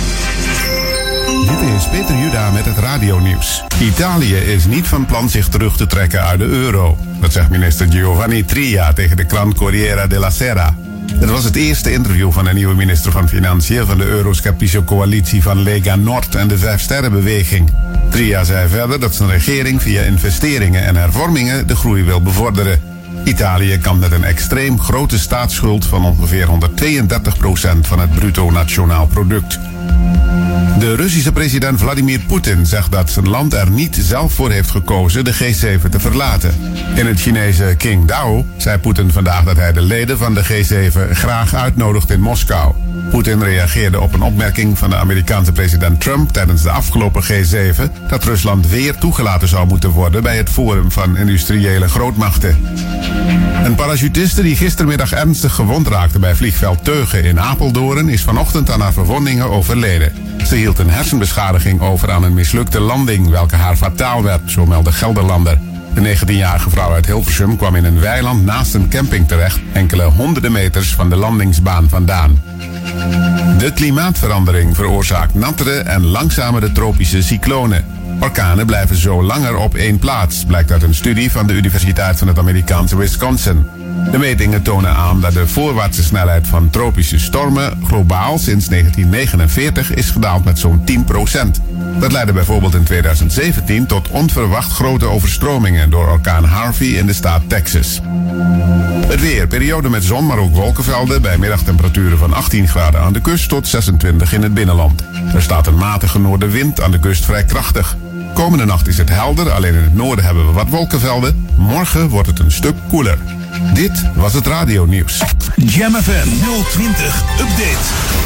Dit is Peter Juda met het radionieuws. Italië is niet van plan zich terug te trekken uit de euro. Dat zegt minister Giovanni Tria tegen de krant Corriere della Sera. Het was het eerste interview van de nieuwe minister van Financiën van de eurosceptische coalitie van Lega Nord en de Vijfsterrenbeweging. Tria zei verder dat zijn regering via investeringen en hervormingen de groei wil bevorderen. Italië kan met een extreem grote staatsschuld van ongeveer honderdtweeëndertig procent van het bruto nationaal product. De Russische president Vladimir Poetin zegt dat zijn land er niet zelf voor heeft gekozen de G zeven te verlaten. In het Chinese Qingdao zei Poetin vandaag dat hij de leden van de G zeven graag uitnodigt in Moskou. Poetin reageerde op een opmerking van de Amerikaanse president Trump tijdens de afgelopen G zeven dat Rusland weer toegelaten zou moeten worden bij het Forum van Industriële Grootmachten. Een parachutiste die gistermiddag ernstig gewond raakte bij vliegveld Teugen in Apeldoorn is vanochtend aan haar verwondingen overleden. Ze hield een hersenbeschadiging over aan een mislukte landing, welke haar fataal werd, zo meldde Gelderlander. De negentienjarige vrouw uit Hilversum kwam in een weiland naast een camping terecht, enkele honderden meters van de landingsbaan vandaan. De klimaatverandering veroorzaakt nattere en langzamere tropische cyclonen. Orkanen blijven zo langer op één plaats, blijkt uit een studie van de Universiteit van het Amerikaanse Wisconsin. De metingen tonen aan dat de voorwaartse snelheid van tropische stormen globaal sinds negentien negenenveertig is gedaald met zo'n tien procent. Dat leidde bijvoorbeeld in tweeduizend zeventien tot onverwacht grote overstromingen door orkaan Harvey in de staat Texas. Het weer, periode met zon, maar ook wolkenvelden bij middagtemperaturen van achttien graden aan de kust tot zesentwintig in het binnenland. Er staat een matige noordenwind, aan de kust vrij krachtig. Komende nacht is het helder, alleen in het noorden hebben we wat wolkenvelden. Morgen wordt het een stuk koeler. Dit was het radionieuws. Jam F M nul twintig Update.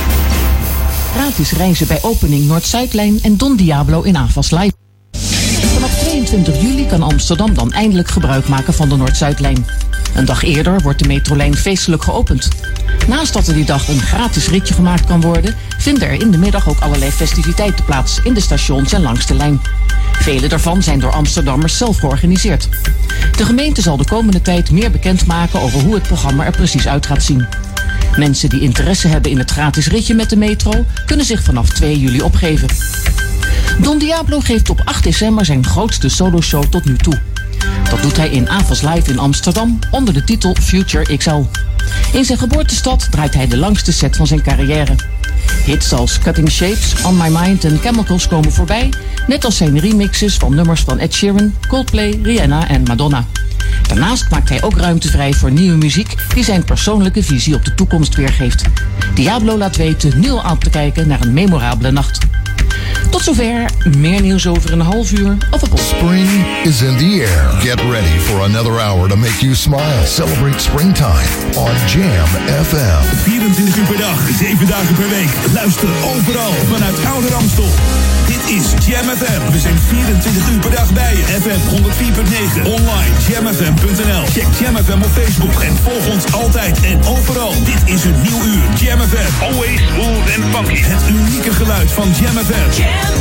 Gratis reizen bij opening Noord-Zuidlijn en Don Diablo in Avas Live. Vanaf tweeëntwintig juli kan Amsterdam dan eindelijk gebruik maken van de Noord-Zuidlijn. Een dag eerder wordt de metrolijn feestelijk geopend. Naast dat er die dag een gratis ritje gemaakt kan worden, vinden er in de middag ook allerlei festiviteiten plaats in de stations en langs de lijn. Vele daarvan zijn door Amsterdammers zelf georganiseerd. De gemeente zal de komende tijd meer bekendmaken over hoe het programma er precies uit gaat zien. Mensen die interesse hebben in het gratis ritje met de metro kunnen zich vanaf twee juli opgeven. Don Diablo geeft op acht december zijn grootste soloshow tot nu toe. Dat doet hij in Avas Live in Amsterdam onder de titel Future X L. In zijn geboortestad draait hij de langste set van zijn carrière. Hits als Cutting Shapes, On My Mind en Chemicals komen voorbij, net als zijn remixes van nummers van Ed Sheeran, Coldplay, Rihanna en Madonna. Daarnaast maakt hij ook ruimte vrij voor nieuwe muziek die zijn persoonlijke visie op de toekomst weergeeft. Diablo laat weten nu al aan te kijken naar een memorabele nacht. Tot zover, meer nieuws over een half uur of op Spring is in the air. Get ready for another hour to make you smile. Celebrate springtime on Jam F M. vierentwintig uur per dag, zeven dagen per week. Luister overal vanuit Ouder Amstel. Dit is Jam F M. We zijn vierentwintig uur per dag bij je. F M honderd vier punt negen. Online jam f m punt n l. Check Jam F M op Facebook en volg ons altijd en overal. Dit is een nieuw uur. Jam F M. Always smooth and funky. Het unieke geluid van Jam F M. Jam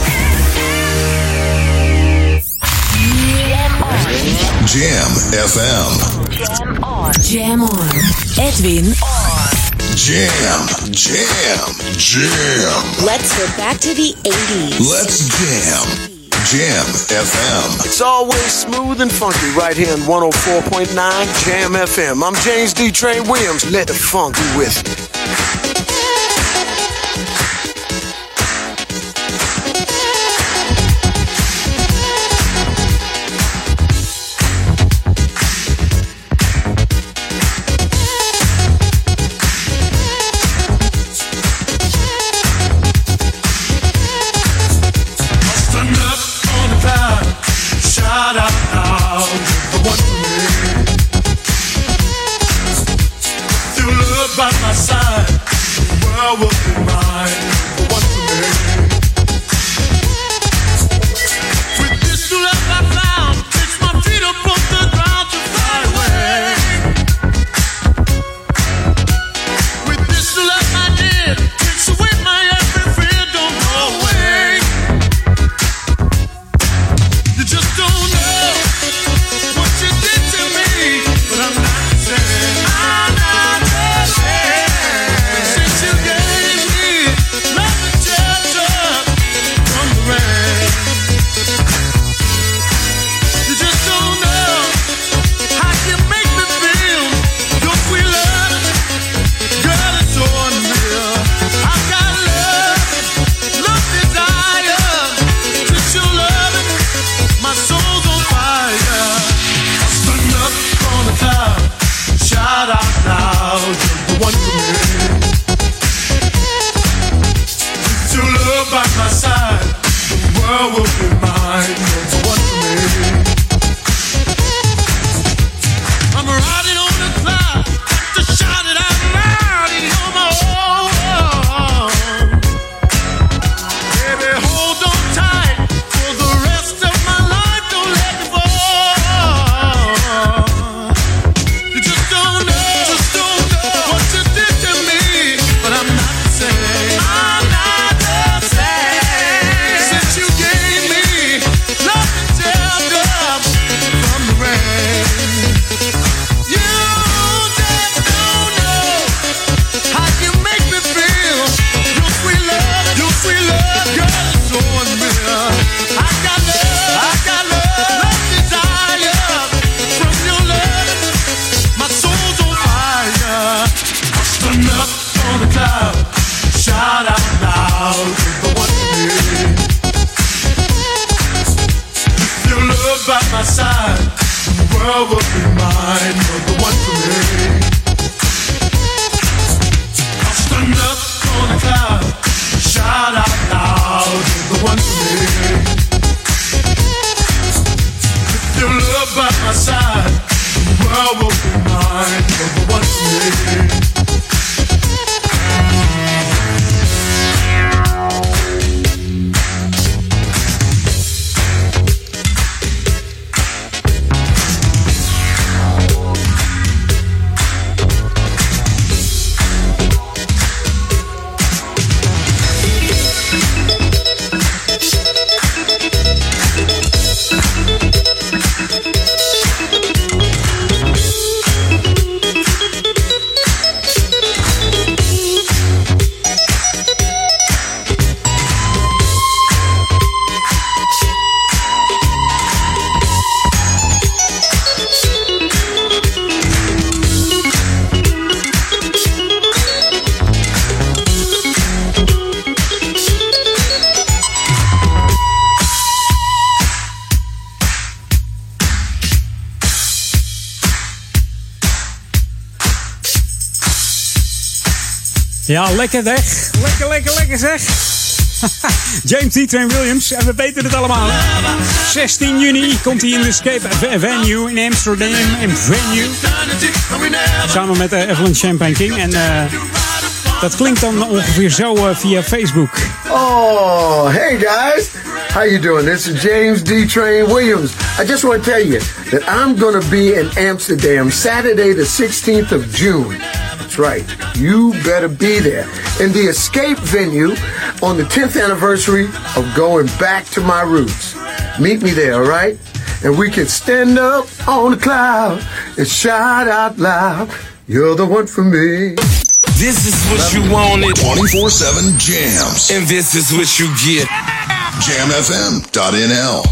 F M. Jam on. Jam on. Edwin on. Jam, jam, jam. Let's go back to the eighties. Let's jam. Jam F M. It's always smooth and funky right here on one oh four point nine Jam F M. I'm James D. Train Williams. Let the funk be with me. By my side, the world will be mine. One for me. With this new love I found, takes my feet up off the ground to fly away. With this new love I did, takes away my every fear, don't go away. You just don't know what you did to me, but I'm not saying I'm not. Since you gave me love and shelter from the rain, you just don't know how you make me feel. Your sweet love, girl, it's so unreal. I've got love, love desire, since you love it, my soul's on fire. I'll stand up on the cloud, shout out loud. One for me. With your love by my side, the world will be mine. It's one for me. I'm riding on the cloud, got to shout it out loud. You're my own. Baby, hold on tight for the rest of my life. Don't let me fall. You just don't know, just don't know what you did to me. Ja, lekker weg. Lekker, lekker, lekker zeg. James D. Train Williams. En we weten het allemaal. zestien juni komt hij in de Escape Venue in Amsterdam. In Venue. Samen met uh, Evelyn Champagne King. En uh, dat klinkt dan ongeveer zo uh, via Facebook. Oh, hey guys. How you doing? This is James D. Train Williams. I just want to tell you that I'm going to be in Amsterdam Saturday the sixteenth of June. That's right. You better be there. In the Escape Venue on the tenth anniversary of going back to my roots. Meet me there, all right? And we can stand up on the cloud and shout out loud, you're the one for me. This is what you wanted. twenty-four seven jams. And this is what you get. jam f m dot n l.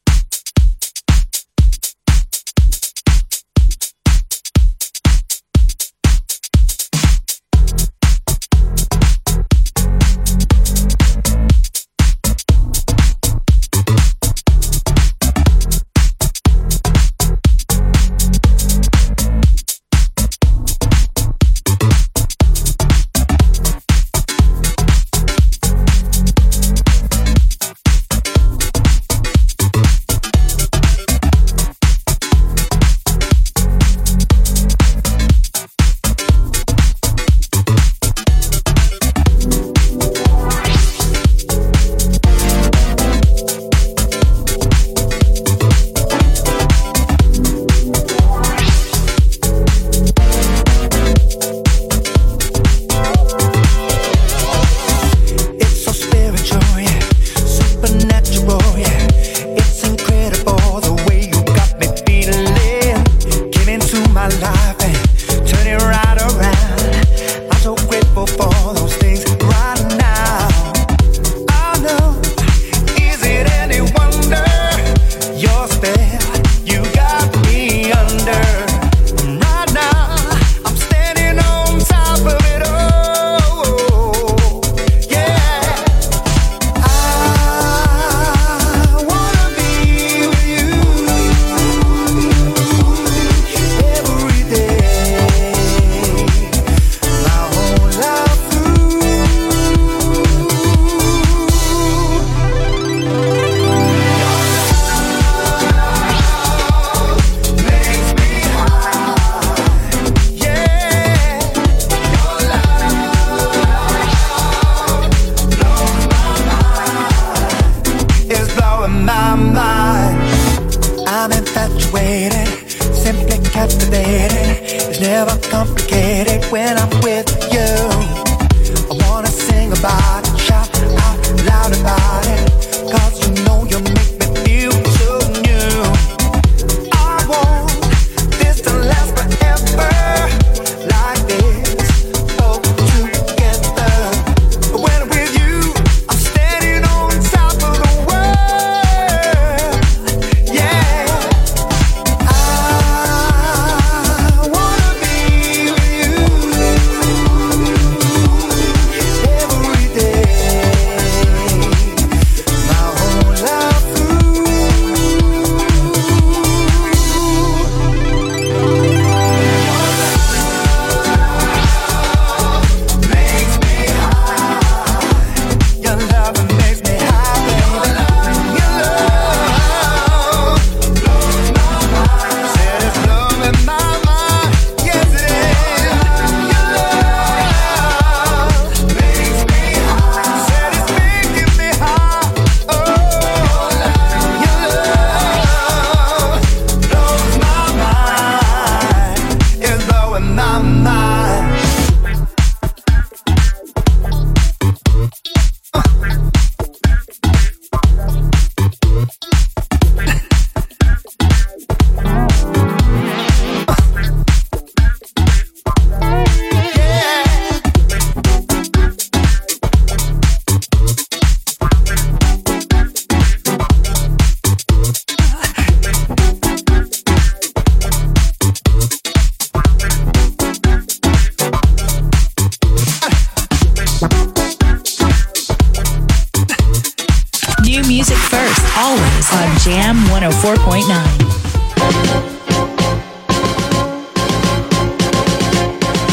Jam one oh four point nine.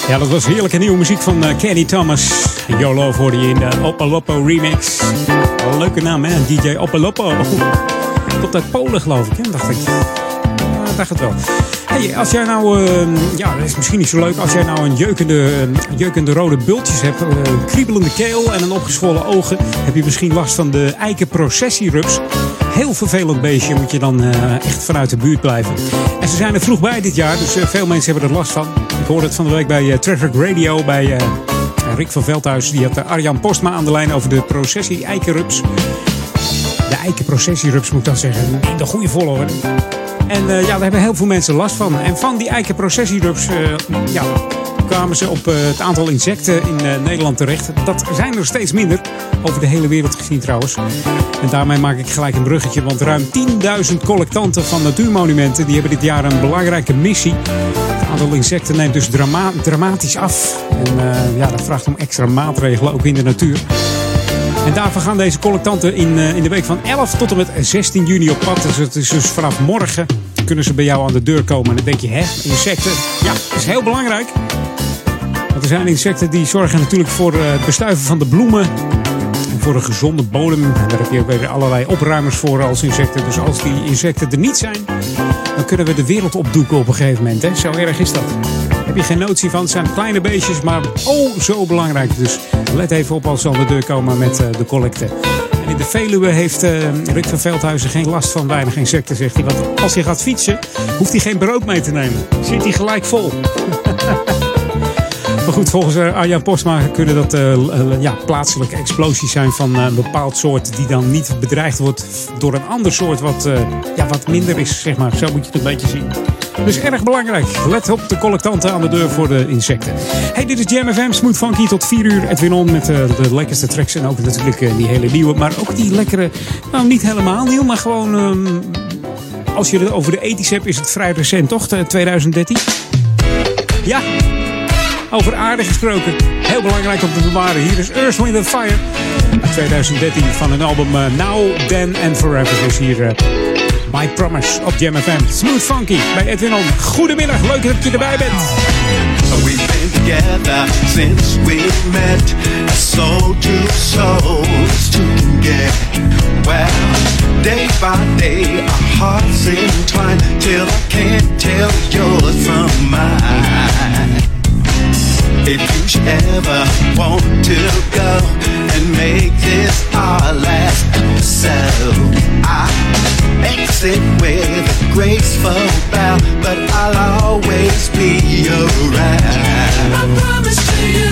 Ja, dat was heerlijke nieuwe muziek van uh, Kenny Thomas. YOLO hoorde je in de Opalopo remix. Leuke naam, hè? D J Opalopo. Komt uit Polen, geloof ik, hè? Dacht ik. Ja, dacht het wel. Hey, als jij nou, uh, ja, dat is misschien niet zo leuk. Als jij nou een jeukende, uh, jeukende rode bultjes hebt, uh, een kriebelende keel en een opgezwollen ogen, heb je misschien last van de eikenprocessierups. Heel vervelend beestje, moet je dan uh, echt vanuit de buurt blijven. En ze zijn er vroeg bij dit jaar, dus uh, veel mensen hebben er last van. Ik hoorde het van de week bij uh, Traffic Radio, bij uh, Rick van Veldhuis. Die had uh, Arjan Postma aan de lijn over de processie-eikenrups. De eikenprocessierups moet ik dan zeggen, in de goede volgorde. En uh, ja, daar hebben heel veel mensen last van. En van die eikenprocessierups, uh, ja, kwamen ze op uh, het aantal insecten in uh, Nederland terecht. Dat zijn er steeds minder, over de hele wereld gezien trouwens. En daarmee maak ik gelijk een bruggetje, want ruim tienduizend collectanten van natuurmonumenten, die hebben dit jaar een belangrijke missie. Het aantal insecten neemt dus drama- dramatisch af. En uh, ja, dat vraagt om extra maatregelen, ook in de natuur. En daarvoor gaan deze collectanten in, uh, in de week van elf tot en met zestien juni op pad. Dus het is dus vanaf morgen kunnen ze bij jou aan de deur komen. En dan denk je, hè, insecten? Ja, dat is heel belangrijk. Want er zijn insecten die zorgen natuurlijk voor uh, het bestuiven van de bloemen. En voor een gezonde bodem. En daar heb je ook weer allerlei opruimers voor als insecten. Dus als die insecten er niet zijn, dan kunnen we de wereld opdoeken op een gegeven moment. Hè? Zo erg is dat. Daar heb je geen notie van. Het zijn kleine beestjes, maar oh zo belangrijk. Dus let even op als ze aan de deur komen met uh, de collecte. En in de Veluwe heeft uh, Rick van Veldhuizen geen last van weinig insecten, zegt hij. Want als hij gaat fietsen, hoeft hij geen brood mee te nemen. Zit hij gelijk vol. Maar goed, volgens uh, Arjan Postma kunnen dat uh, uh, ja, plaatselijke explosies zijn van uh, een bepaald soort die dan niet bedreigd wordt door een ander soort wat, uh, ja, wat minder is, zeg maar. Zo moet je het een beetje zien. Dus erg belangrijk. Let op de collectanten aan de deur voor de insecten. Hey, dit is Jam F M, Smooth Funky tot vier uur. Edwin On met uh, de lekkerste tracks en ook natuurlijk uh, die hele nieuwe. Maar ook die lekkere, nou niet helemaal nieuw, maar gewoon um, als je het over de ethisch hebt is het vrij recent, toch? twintig dertien? Ja. Over aarde gesproken. Heel belangrijk om te bewaren. Hier is Earth, Wind and Fire. Uit twintig dertien van een album uh, Now, Then and Forever. Dus hier uh, My Promise op Jam F M. Smooth Funky bij Edwin On. Goedemiddag, leuk dat je erbij bent. We've been together since we met. Soul to soul together. Well, day by day our hearts entwine till I can't tell yours from mine. If you should ever want to go and make this our last episode, I exit with a graceful bow, but I'll always be around. I promise to you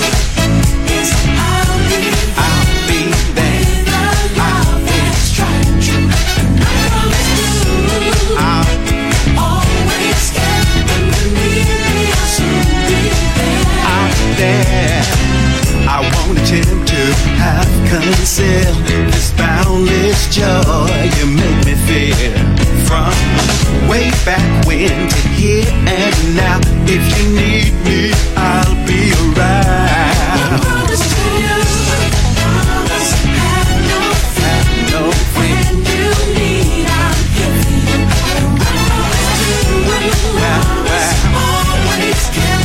is I'll be there. I'll be there with a love that's tried and true. And I promise you I'll always care when you need me. I'll soon be there. There. I won't attempt to have conceal this boundless joy you make me feel. From way back when to here and now, if you need me, I'll be around. I promise to you, I promise have no fear. No fear. When you need, I'm here for you. I promise to you, I promise always care.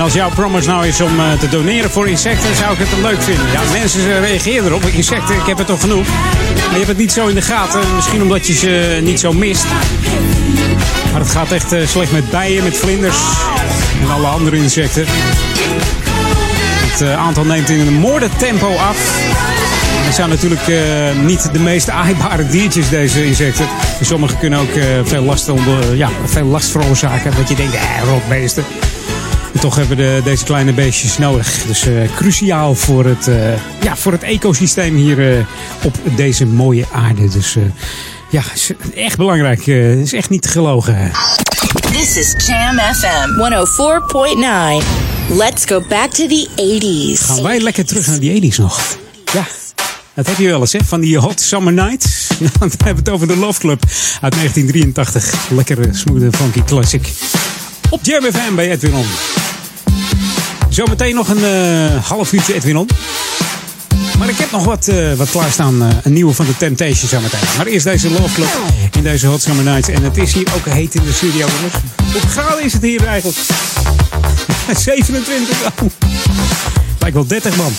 En als jouw promise nou is om uh, te doneren voor insecten, zou ik het dan leuk vinden. Ja, mensen uh, reageren erop. Insecten, ik heb het toch genoeg. Maar je hebt het niet zo in de gaten. Misschien omdat je ze niet zo mist. Maar het gaat echt uh, slecht met bijen, met vlinders en alle andere insecten. Het uh, aantal neemt in een moordentempo af. Het zijn natuurlijk uh, niet de meest aaibare diertjes, deze insecten. En sommige kunnen ook uh, veel, last onder, ja, veel last veroorzaken. Dat je denkt, eh, rotbeesten. En toch hebben we de, deze kleine beestjes nodig. Dus uh, cruciaal voor het, uh, ja, voor het ecosysteem hier uh, op deze mooie aarde. Dus uh, ja, is echt belangrijk. Uh, is echt niet gelogen. This is Jam F M honderdvier komma negen. Let's go back to the eighties. Gaan wij lekker terug naar die eighties nog. Ja. Dat heb je wel eens, hè? Van die Hot Summer Nights. Dan hebben we het over de Love Club uit negentien drieëntachtig. Lekkere, smooth, funky classic. Op Jam F M bij Edwin On. Zometeen nog een uh, half uurtje Edwin On. Maar ik heb nog wat, uh, wat klaarstaan. Uh, een nieuwe van de Temptations zometeen. Maar eerst deze Love Club in deze Hot Summer Nights. En het is hier ook heet in de studio, jongens. Hoe graden is het hier eigenlijk? zevenentwintig. Oh. Lijkt wel dertig, man.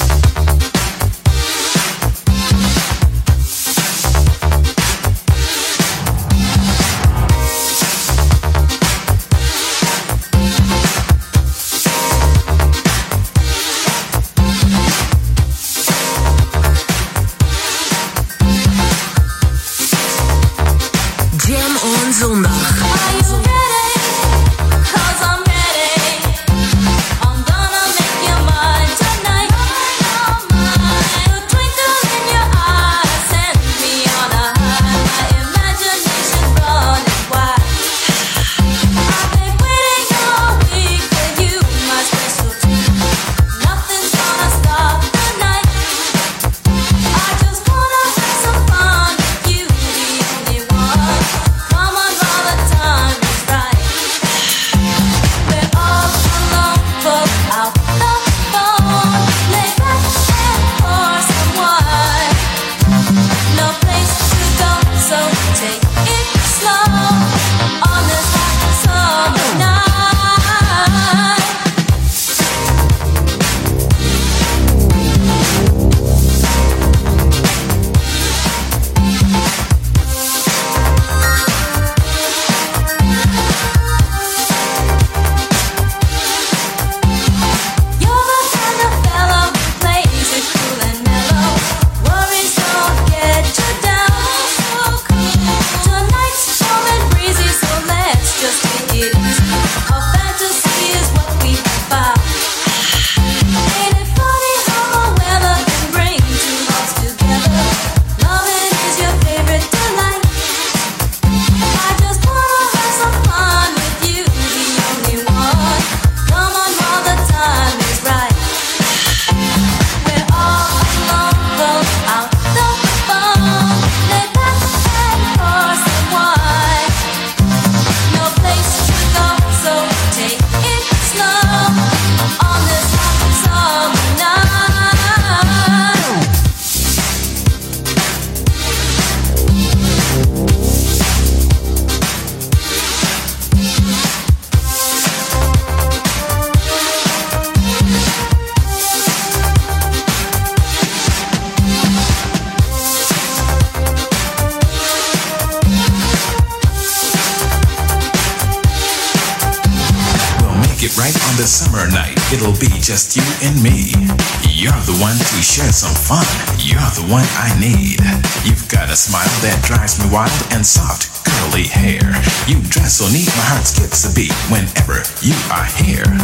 Just you and me. You're the one to share some fun. You're the one I need. You've got a smile that drives me wild and soft, curly hair. You dress so neat, my heart skips a beat whenever you are here.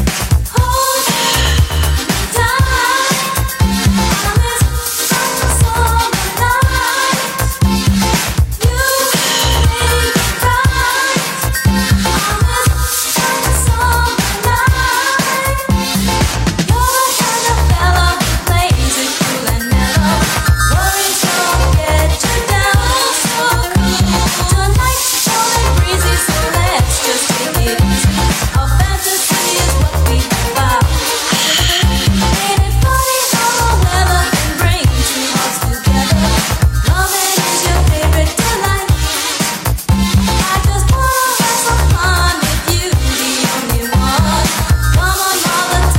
All the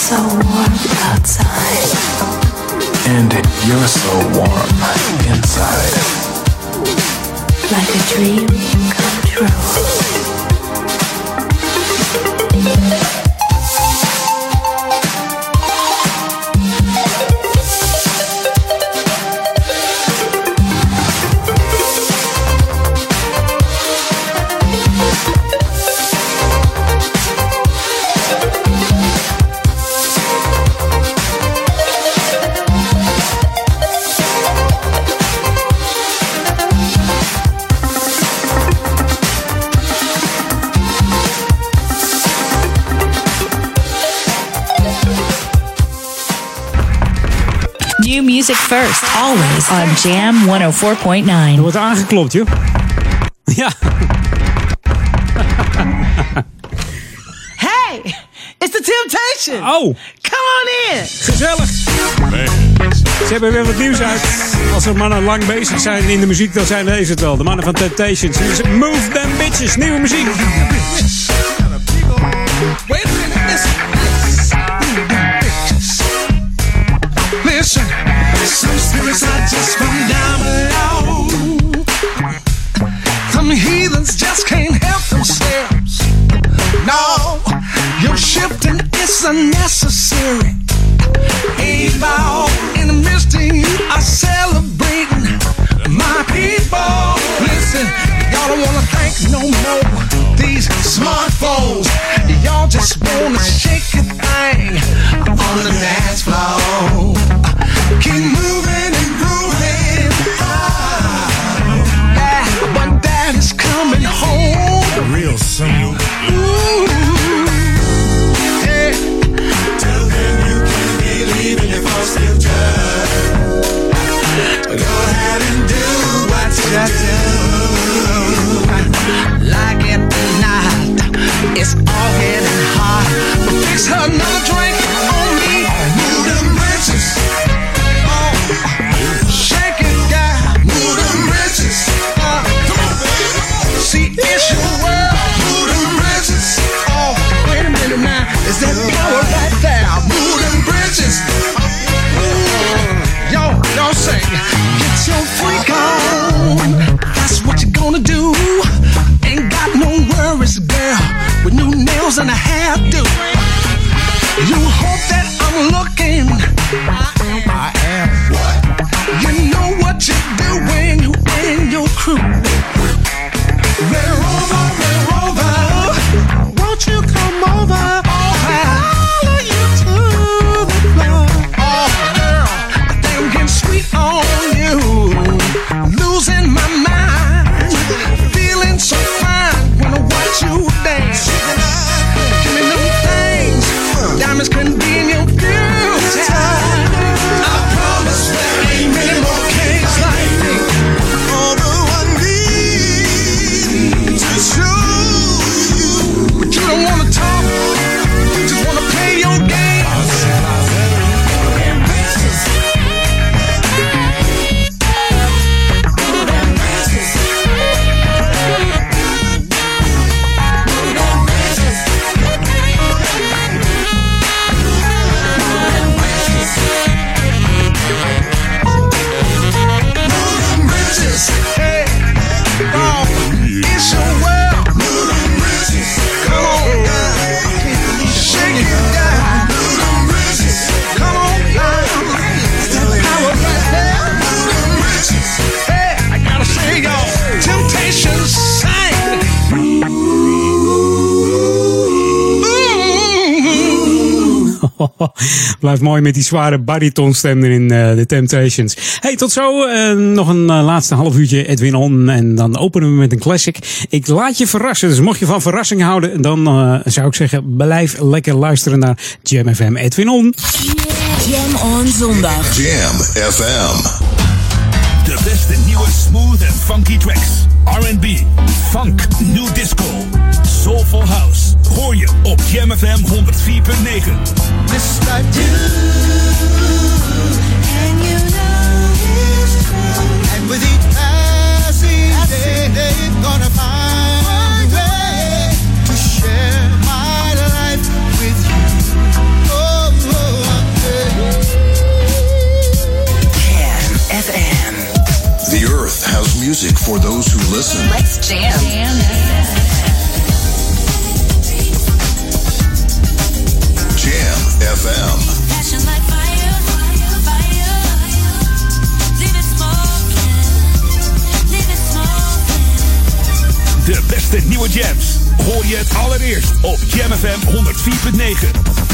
so warm outside. And you're so warm inside. Like a dream come true. Music first, always on Jam honderdvier komma negen. Er wordt aangeklopt, joh. Ja. Hey, it's the Temptations. Oh. Come on in. Gezellig. Ze hebben weer wat nieuws uit. Als er mannen lang bezig zijn in de muziek, dan zijn deze het wel. De mannen van Temptations. Dus Move Them Bitches, nieuwe muziek. Wait a minute, listen. Listen, some spirits are just from down below. Some heathens just can't help themselves. No, your shifting is unnecessary. Evil in the mystery are celebrating. My people, listen, y'all don't wanna think no more. These smartphones, y'all just wanna shake your thing on the dance floor. Keep moving and grooving. Oh, yeah, but dad is coming home real soon. Ooh, yeah. Till then you can believe in your false future. Go ahead and do what you do. Like it or not, it's all getting hot. But fix her another drink on me. Move them bridges. Shake it down, move them bridges. Uh, come on, baby. See, it's your world, move them bridges. Oh, wait a minute now, is that power right there? Move them bridges. Uh, yo, y'all say, get your freak on. That's what you're gonna do. Ain't got no worries, girl, with new nails and a hairdo. You hope that I'm looking. I am. What? You know what you do when you and your crew. Red Rover, Red Rover, won't you come over? Oh, follow you to the floor. Oh, girl, I think I'm getting sweet on you. Losing my mind, feeling so fine when I watch you dance. Give me them things, diamonds couldn't be in your future. I promise there ain't many more kings like me. All the one need to show you, but you don't wanna talk, you just wanna play your game. Hey, oh, it's your world. Come on, shake it down. Come on, that power right there. Hey, I gotta say, y'all, Temptations sang. Blijft mooi met die zware baritonstem in uh, de Temptations. Hey, tot zo. Uh, nog een uh, laatste half uurtje Edwin On. En dan openen we met een classic. Ik laat je verrassen. Dus mocht je van verrassing houden, dan uh, zou ik zeggen, blijf lekker luisteren naar Jam F M. Edwin On. Jam on zondag. Jam F M. De beste nieuwe smooth en funky tracks. R and B, funk, new disco, soulful house. Hoor je op Jam F M honderdvier komma negen. mister Do, and you know it's true. And with each passing day, they're gonna find a way to share my life with you. Oh, for those who listen. Let's jam. Jam. Jam F M. Passion like fire, fire, fire. Leave it smoking, leave it smoking. De beste nieuwe jams hoor je het allereerst op Jam F M honderd vier punt negen.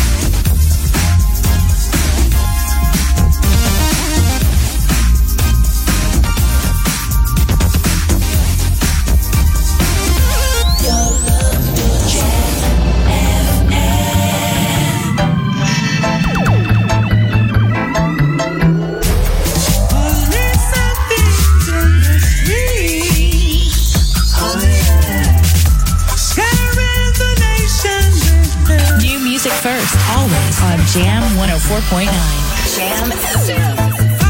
First, always on Jam honderdvier punt negen. Jam F M.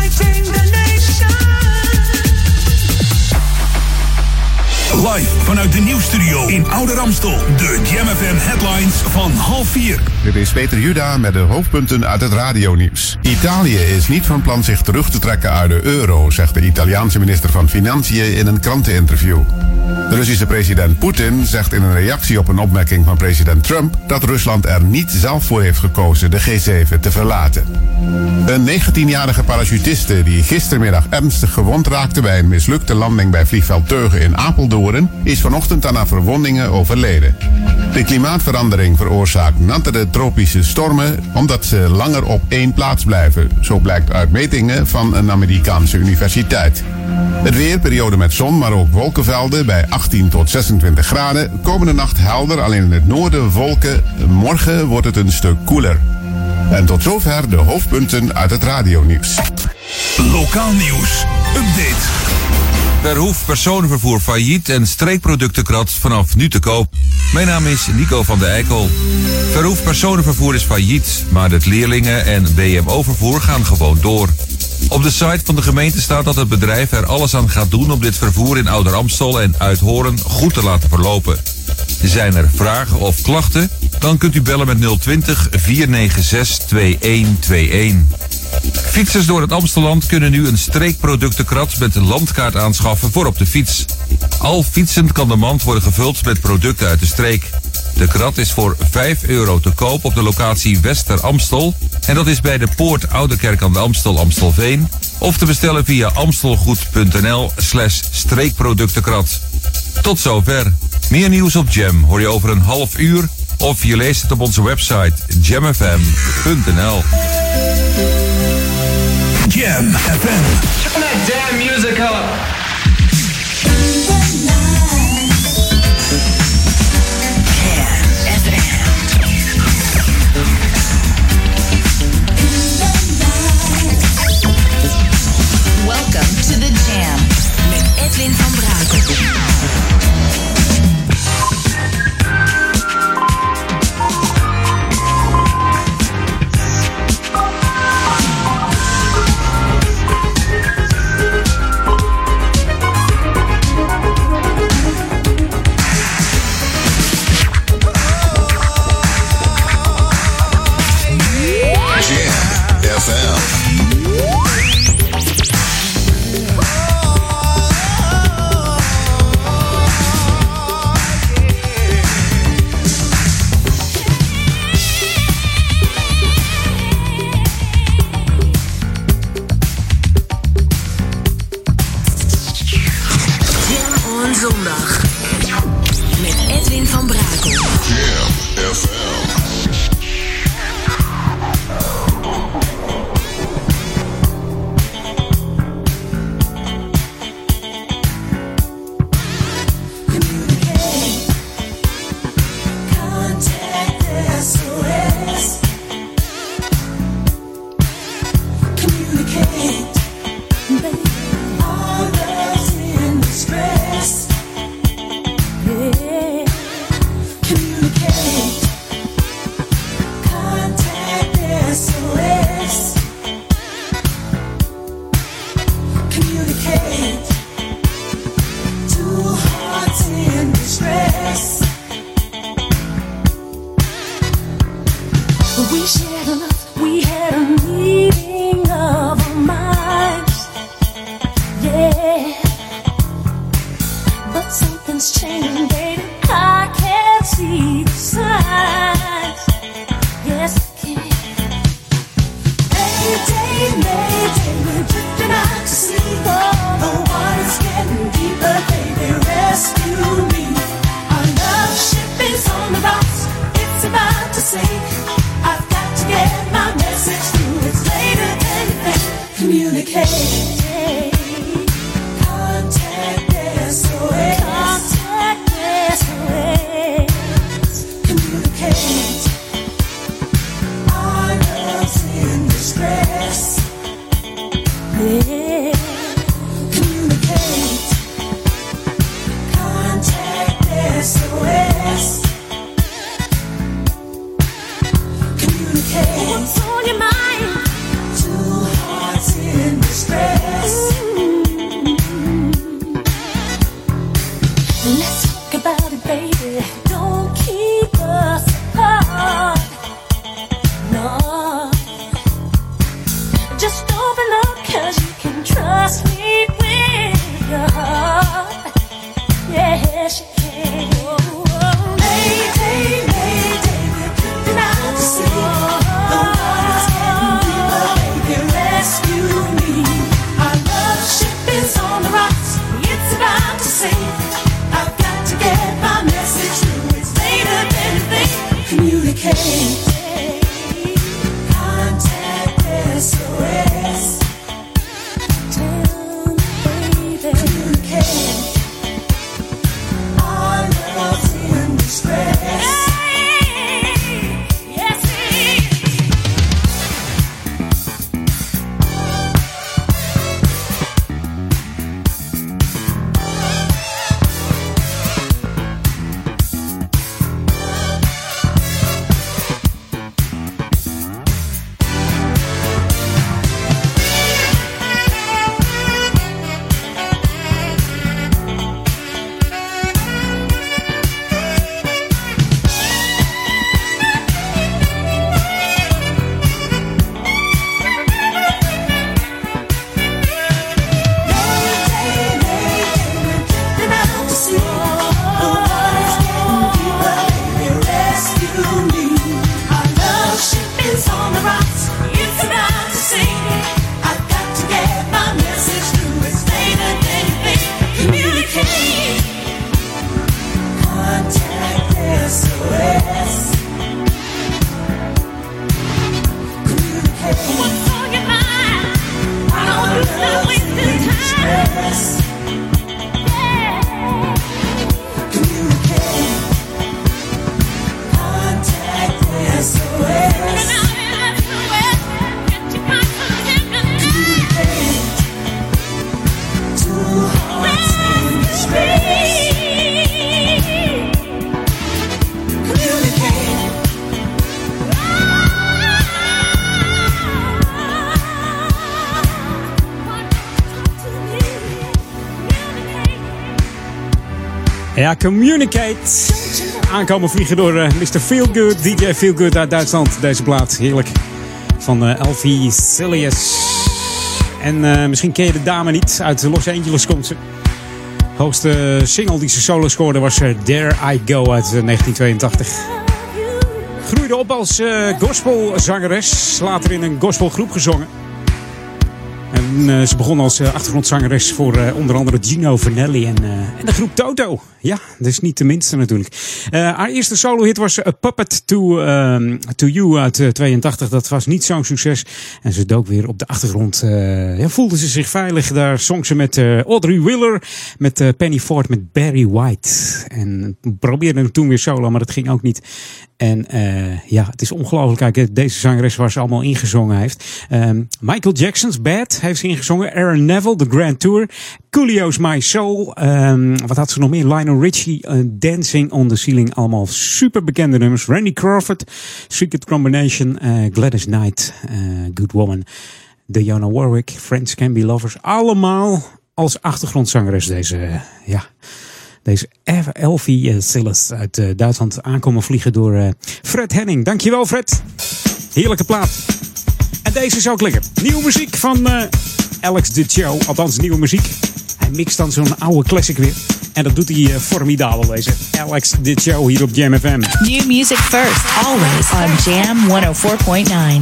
Live vanuit de nieuwsstudio in Oude Ramstel. De Jam F M headlines van half vier. Dit is Peter Juda met de hoofdpunten uit het radionieuws. Italië is niet van plan zich terug te trekken uit de euro, zegt de Italiaanse minister van Financiën in een kranteninterview. De Russische president Poetin zegt in een reactie op een opmerking van president Trump dat Rusland er niet zelf voor heeft gekozen de G zeven te verlaten. Een negentienjarige parachutiste die gistermiddag ernstig gewond raakte bij een mislukte landing bij vliegveld Teugen in Apeldoorn is vanochtend aan haar verwondingen overleden. De klimaatverandering veroorzaakt nattere tropische stormen omdat ze langer op één plaats blijven. Zo blijkt uit metingen van een Amerikaanse universiteit. Het weer, periode met zon, maar ook wolkenvelden bij achttien tot zesentwintig graden. Komende nacht helder, alleen in het noorden wolken. Morgen wordt het een stuk koeler. En tot zover de hoofdpunten uit het radionieuws. Lokaal nieuws. Update. Verhoef Personenvervoer failliet en streekproductenkrat vanaf nu te koop. Mijn naam is Nico van de Eikel. Verhoef Personenvervoer is failliet, maar het leerlingen- en B M O-vervoer gaan gewoon door. Op de site van de gemeente staat dat het bedrijf er alles aan gaat doen om dit vervoer in Ouder Amstel en Uithoorn goed te laten verlopen. Zijn er vragen of klachten? Dan kunt u bellen met nul twintig, vier negen zes, twee een twee een. Fietsers door het Amstelland kunnen nu een streekproductenkrat met een landkaart aanschaffen voor op de fiets. Al fietsend kan de mand worden gevuld met producten uit de streek. De krat is voor vijf euro te koop op de locatie Wester Amstel. En dat is bij de Poort Ouderkerk aan de Amstel Amstelveen. Of te bestellen via amstelgoed.nl slash streekproductenkrat. Tot zover. Meer nieuws op Jam hoor je over een half uur. Of je leest het op onze website jam f m punt n l. Jam F M. Turn that damn music up. Welcome to the Jam met Edwin van Brakel. Zondag met Edwin van Brakel. Jam F M. Nothing's changing, baby. I can't see the signs. Yes, I can. Mayday, mayday, we're drifting out to sea. Oh, the water's getting deeper, baby, rescue me. Our love ship is on the rocks, it's about to sink. I've got to get my message through, it's later than you think. Communicate. Contact S O S. Contact S O S. Communicate. Our love's in distress. Yeah. Communicate. Contact S O S. Communicate. What's on your mind? Two hearts in distress. Let's talk about it, baby. Don't keep us apart. No. Just open up, cause you can trust me with your heart. Yes, you can. Mayday, mayday, we're drifting out to sea. The water's getting deeper, baby, rescue me. Our love ship is on the rocks, it's about to sink. I've got to get my message through, it's later than you think. Communicate. Contact S O S. Tell me, baby. Communicate. Our love's in distress. Yes, it is. Ja, Communicate. Aankomen vliegen door uh, mister Feelgood, D J Feelgood uit Duitsland. Deze plaat, heerlijk. Van uh, Elfie Silius. En uh, misschien ken je de dame niet. Uit Los Angeles komt ze. Hoogste single die ze solo scoorde was uh, There I Go uit uh, negentien tweeëntachtig. Groeide op als uh, gospelzangeres. Later in een gospelgroep gezongen. En uh, ze begon als uh, achtergrondzangeres voor uh, onder andere Gino Vannelli en, uh, en de groep Toto. Ja, dat is niet de minste natuurlijk. Uh, haar eerste solo-hit was A Puppet to, uh, to You uit uh, tweeëntachtig. Dat was niet zo'n succes. En ze dook weer op de achtergrond. Uh, ja, voelde ze zich veilig. Daar zong ze met uh, Audrey Wheeler, met uh, Penny Ford, met Barry White. En probeerde hem toen weer solo, maar dat ging ook niet. En uh, ja, het is ongelooflijk. Kijk, deze zangeres waar ze allemaal ingezongen heeft. Um, Michael Jackson's Bad heeft ze ingezongen. Aaron Neville, The Grand Tour. Coolio's My Soul. Um, wat had ze nog meer? Lionel Richie, uh, Dancing on the Ceiling. Allemaal super bekende nummers. Randy Crawford, Secret Combination. Uh, Gladys Knight, uh, Good Woman. Dionne Warwick, Friends Can Be Lovers. Allemaal als achtergrondzangeres deze, uh, ja... Deze Elfie uh, Silius uit uh, Duitsland aankomen vliegen door uh, Fred Henning. Dankjewel, Fred. Heerlijke plaat. En deze is ook lekker. Nieuwe muziek van uh, Alex de Joe. Althans, nieuwe muziek. Hij mixt dan zo'n oude classic weer. En dat doet hij uh, formidabel, deze Alex Dit Show hier op Jam F M. New music first, always on Jam honderdvier komma negen.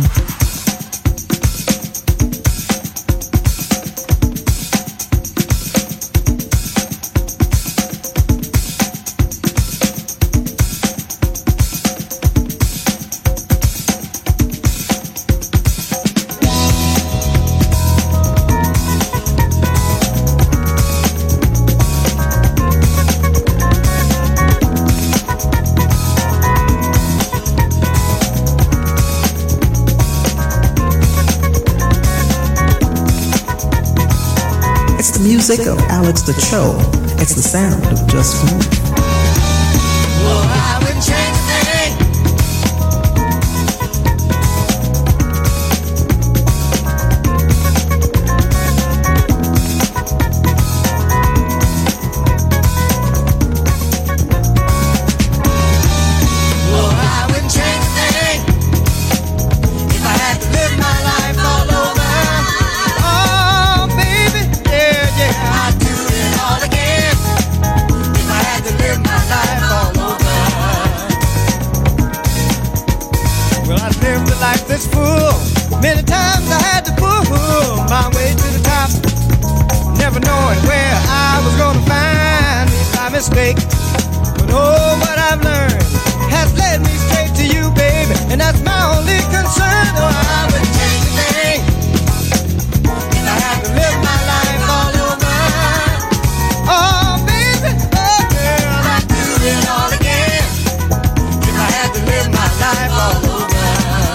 Music of Alex the Cho. It's the sound of Just Move. Well, I wouldn't change a thing. Well, I wouldn't change a thing if I had to live my life all over. Oh, baby, yeah, yeah, I'd do it all again if I had to live my life all over. Well, I lived a life that's full. Many times I had to pull my way to the top, never knowing where I was gonna find if I mistake. But oh, what I've learned has led me straight to you, baby, and that's my only concern. Oh, I wouldn't change a thing if I had to live my life all over. Oh, baby, oh, girl, I'd do it all again if I had to live my life all over.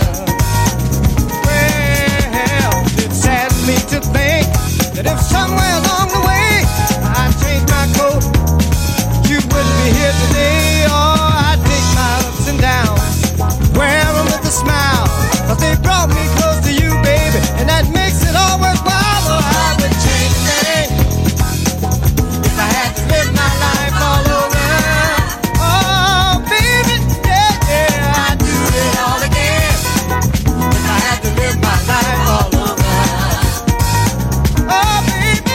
Well, it saddens me to think that if somewhere along the way I changed my coat, you wouldn't be here today. Oh, I'd take my ups and downs, wear them with a smile, 'cause they brought me close to you, baby, and that makes it all worthwhile. Oh, I would change a thing if I had to live my life all over. Oh, baby, yeah, yeah, I'd do it all again if I had to live my life all over. Oh, baby.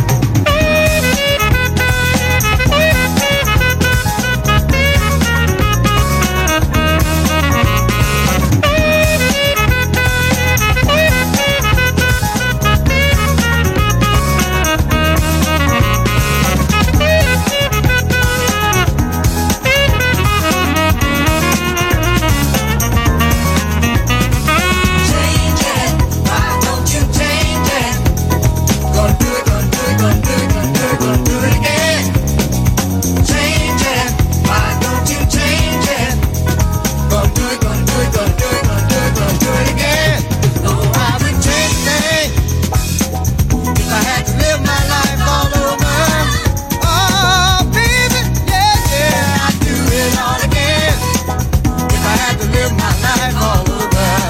Change it, why don't you change it? Gonna do it, gonna do it, gonna do it, gonna do it, gonna do it again. Change it, why don't you change it? Gonna do it, gonna do it, gonna do it, gonna do it, gonna do it again. No, I would change a thing if I had to live my life all over. Oh, baby, yeah, yeah, I'd do it all again if I had to live my life all over.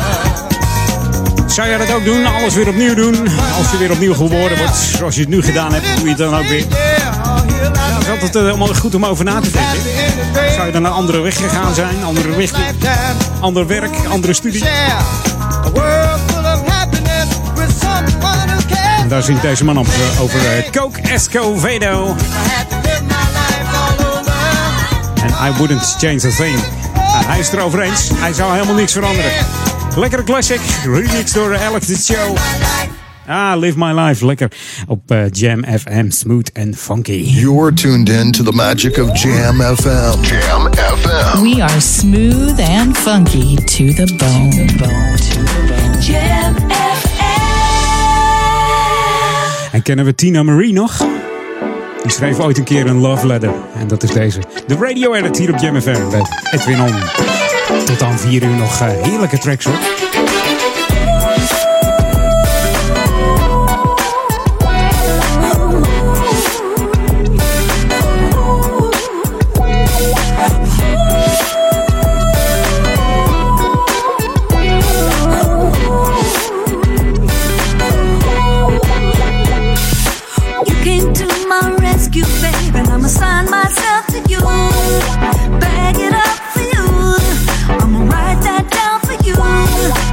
Zou jij dat ook doen? Alles weer opnieuw doen? Als je weer opnieuw geboren wordt, zoals je het nu gedaan hebt, doe je het dan ook weer. Ja, het is altijd uh, allemaal goed om over na te denken. Zou je dan een andere weg gegaan zijn? Andere richting? Ander werk? Andere studie? En daar zingt deze man op uh, over uh, Coke Escovedo. En I wouldn't change a thing. Nou, hij is het erover eens. Hij zou helemaal niks veranderen. Lekkere classic, remix door Alex Dit Show. Ah, Live My Life, lekker op uh, Jam F M, smooth and funky. You're tuned in to the magic of Jam F M. Jam F M. We are smooth and funky to the bone. To the bone. To the bone. Jam F M. En kennen we Tina Marie nog? Die schreef ooit een keer een love letter. En dat is deze. De radio edit hier op Jam F M bij Edwin On. Tot aan vier uur nog uh, heerlijke tracks hoor. Bag it up for you. I'ma write that down for you.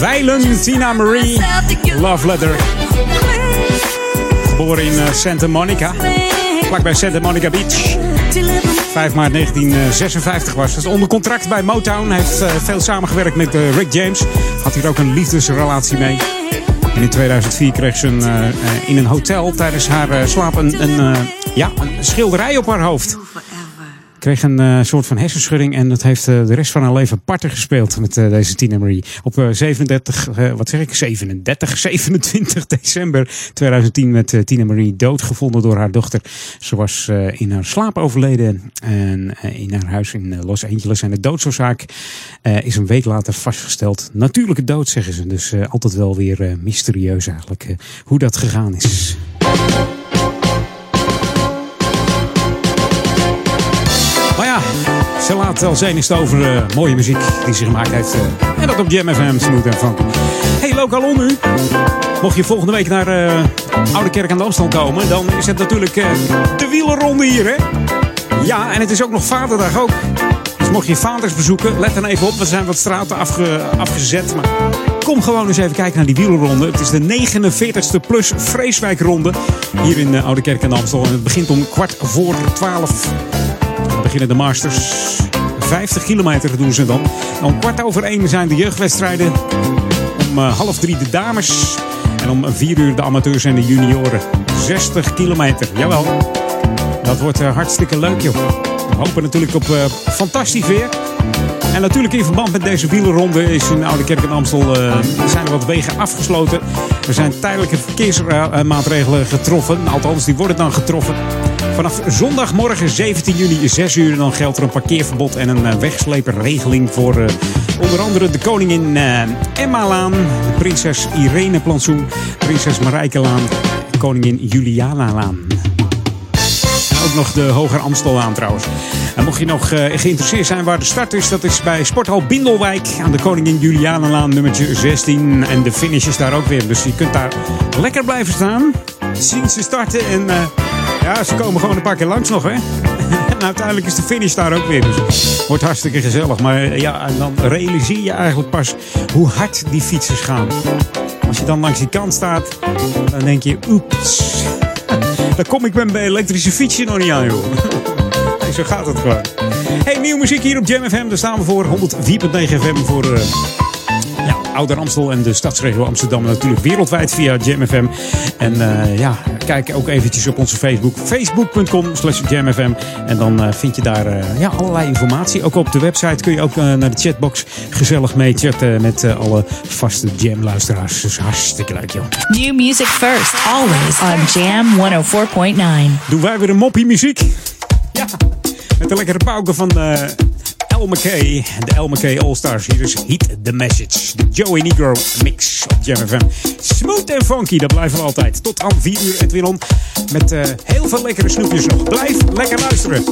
wijlen Tina Marie. Love Letter. Geboren in uh, Santa Monica. Vlakbij Santa Monica Beach. vijf maart negentien zesenvijftig was het. Onder contract bij Motown. Hij heeft uh, veel samengewerkt met uh, Rick James. Had hier ook een liefdesrelatie mee. En in tweeduizend vier kreeg ze een, uh, in een hotel tijdens haar uh, slaap een, een, uh, ja, een schilderij op haar hoofd. Kreeg een uh, soort van hersenschudding en dat heeft uh, de rest van haar leven parten gespeeld met uh, deze Tina Marie. Op uh, zevenendertig, uh, wat zeg ik, zevenendertig, zevenentwintig december tweeduizend tien werd uh, Tina Marie doodgevonden door haar dochter. Ze was uh, in haar slaap overleden en uh, in haar huis in uh, Los Angeles. En de doodsoorzaak uh, is een week later vastgesteld. Natuurlijke dood, zeggen ze. Dus uh, altijd wel weer uh, mysterieus eigenlijk uh, hoe dat gegaan is. Maar ja, ze laat als enigste over uh, mooie muziek die ze gemaakt heeft. Uh, en dat op Jam F M, smooth en funky. Hey, Lokalon nu. Mocht je volgende week naar uh, Oude Kerk aan de Amstel komen, dan is het natuurlijk uh, de wielerronde hier, hè? Ja, en het is ook nog Vaderdag ook. Dus mocht je vaders bezoeken, let dan even op. We zijn wat straten afge, afgezet, maar kom gewoon eens even kijken naar die wielerronde. Het is de negenenveertigste plus Vreeswijkronde hier in uh, Oude Kerk aan de Amstel. En het begint om kwart voor twaalf. Dan beginnen de Masters. vijftig kilometer doen ze dan. En om kwart over één zijn de jeugdwedstrijden. Om uh, half drie de dames. En om vier uur de amateurs en de junioren. zestig kilometer, jawel. Dat wordt uh, hartstikke leuk, joh. We hopen natuurlijk op uh, fantastisch weer. En natuurlijk in verband met deze wielerronde is in Oude Kerk en Amstel uh, zijn er wat wegen afgesloten. Er zijn tijdelijke verkeersmaatregelen getroffen. Althans, die worden dan getroffen. Vanaf zondagmorgen zeventien juni, zes uur, dan geldt er een parkeerverbod en een uh, wegsleperregeling voor uh, onder andere de koningin uh, Emma-laan, de prinses Irene Plantsoen, prinses Marijke-laan, koningin Juliana-laan. En ook nog de Hoger Amstellaan trouwens. En mocht je nog uh, geïnteresseerd zijn waar de start is, dat is bij Sporthal Bindelwijk aan de koningin Juliana-laan nummertje zestien. En de finish is daar ook weer, dus je kunt daar lekker blijven staan, zien ze starten en... Uh, Ja, ze komen gewoon een paar keer langs nog, hè. En uiteindelijk is de finish daar ook weer. Dus wordt hartstikke gezellig. Maar ja, en dan realiseer je eigenlijk pas hoe hard die fietsers gaan. Als je dan langs die kant staat, dan denk je, oeps. Dan kom ik met mijn elektrische fietsje nog niet aan, joh. En zo gaat het gewoon. Hey, nieuwe muziek hier op Jam F M. Daar staan we voor honderd vier komma negen F M voor... Uh, Ja, Ouder Amstel en de stadsregio Amsterdam natuurlijk wereldwijd via Jam F M. En uh, ja, kijk ook eventjes op onze Facebook. Facebook punt com slash Jam F M. En dan uh, vind je daar uh, ja, allerlei informatie. Ook op de website kun je ook uh, naar de chatbox gezellig mee chatten met uh, alle vaste Jam-luisteraars. Dus hartstikke leuk, joh. New music first, always on Jam honderdvier komma negen. Doen wij weer een moppie muziek. Ja, met de lekkere pauken van... Uh, El McKay, de El McKay All-Stars. Hier is Heat the Message. De Joey Negro mix op Jam F M. Smooth en funky, dat blijven we altijd. Tot aan vier uur, Edwin On. Met uh, heel veel lekkere snoepjes nog. Blijf lekker luisteren.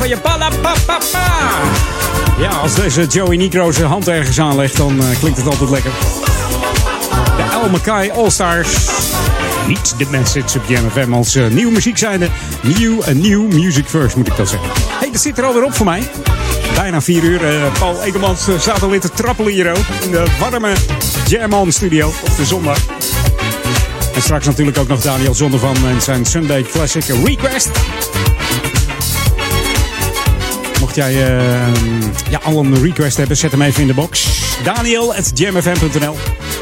van je pa, pa, pa, pa. Ja, als deze Joey Negro zijn hand ergens aanlegt, dan uh, klinkt het altijd lekker. De El Mackay All-Stars. Niet de message op Jam F M als uh, nieuwe muziek zijnde. Nieuw en nieuw music first, moet ik dat zeggen. Hé, hey, dat zit er alweer op voor mij. Bijna vier uur. Uh, Paul Ekelmans uh, staat alweer te trappelen hier ook. In de warme Jam On studio op de zondag. En straks natuurlijk ook nog Daniel Zondervan en zijn Sunday Classic Request. Mocht jij uh, ja, al een request hebben, zet hem even in de box. Daniel at jam f m punt n l.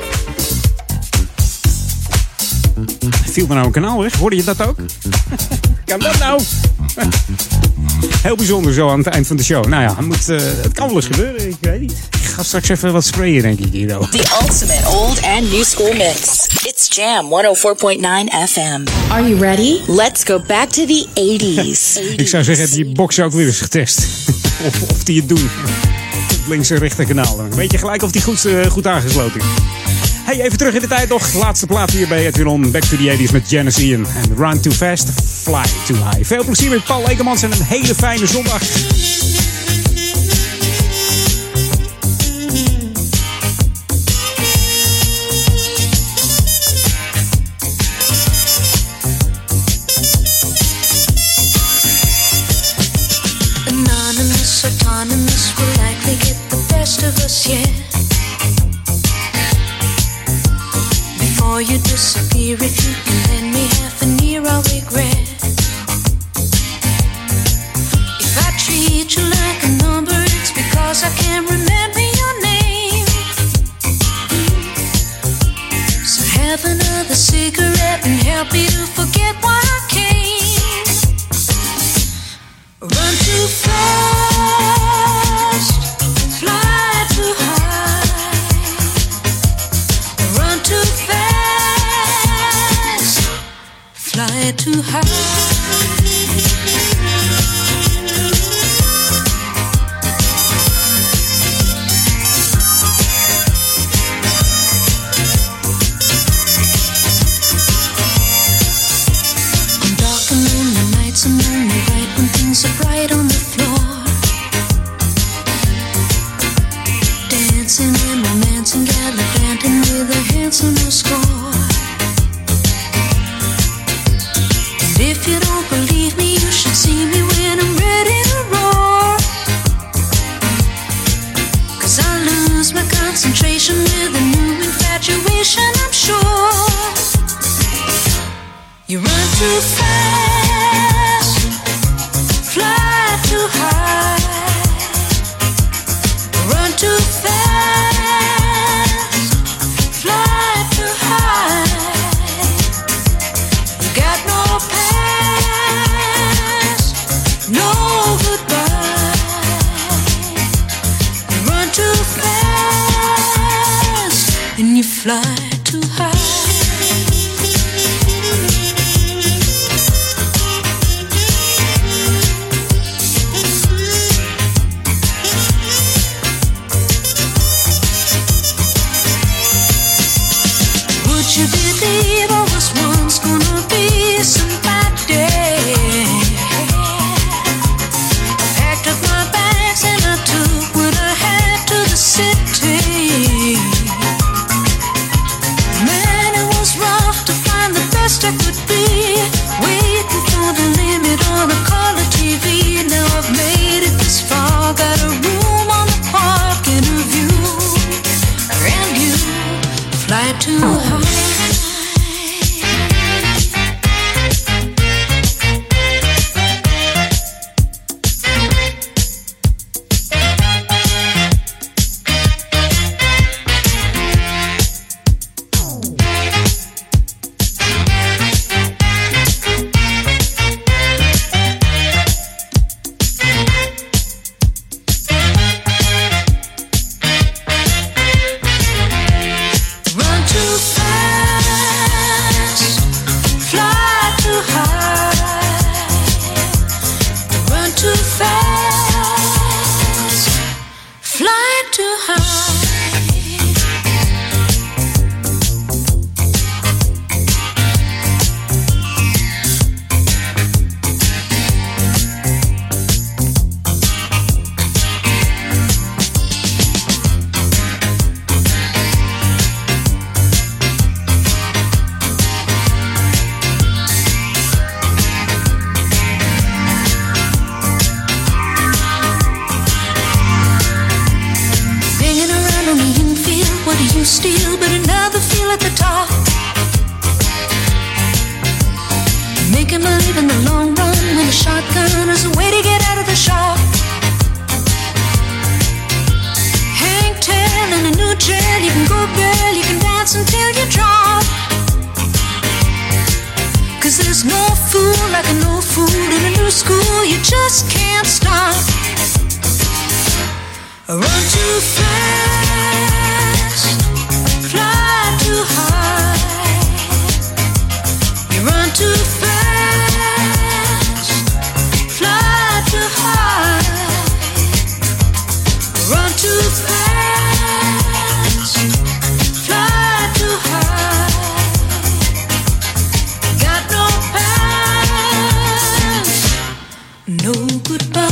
Viel er nou een kanaal weg? Hoorde je dat ook? Kan dat nou? Heel bijzonder zo aan het eind van de show. Nou ja, het, moet, uh, het kan wel eens gebeuren. Ik weet niet. Ik ga straks even wat sprayen, denk ik, hier. The ultimate old and new school mix. It's Jam honderdvier komma negen F M. Are you ready? Let's go back to the eighties. Ik zou zeggen, heb je box ook weer eens getest? of, of die het doen. Het linkse rechter kanaal. Dan weet je gelijk of die goed, uh, goed aangesloten is. Hey, even terug in de tijd nog. Laatste plaat hier bij Edwin On. Back to the eighties met Genesee en Run Too Fast, Fly Too High. Veel plezier met Paul Ekelmans en een hele fijne zondag. Anonymous, autonomous will likely get the best of us, yeah. Before you disappear, if you can lend me half an ear, I'll regret. If I treat you like a number, it's because I can't remember your name. So have another cigarette and help me to forget why I came. Run too fast, fly too high. Run too fast, fly too high. On dark and lonely nights, I'm only right when things are bright on the floor. Dancing and romancing, gallivanting with a handsome score. And if you don't believe me, you should see me when I'm ready to roar. 'Cause I lose my concentration with a new infatuation, I'm sure. You run too fast, fly too high. Run too fast, fly too high. You got no past, no goodbye. You run too fast and you fly too high. Would you believe I was once gonna be somebody? I packed up my bags and I took what I had to the city. to you, but another feel at the top. Make him believe in the long run when a shotgun is a way to get out of the shop. Hang ten in a new jail, you can go bail, you can dance until you drop. Cause there's no fool like a no fool in a new school, you just can't stop. Run too fast, fly too high. You run too fast, fly too high. Run too fast, fly too high. Got no past, no goodbye.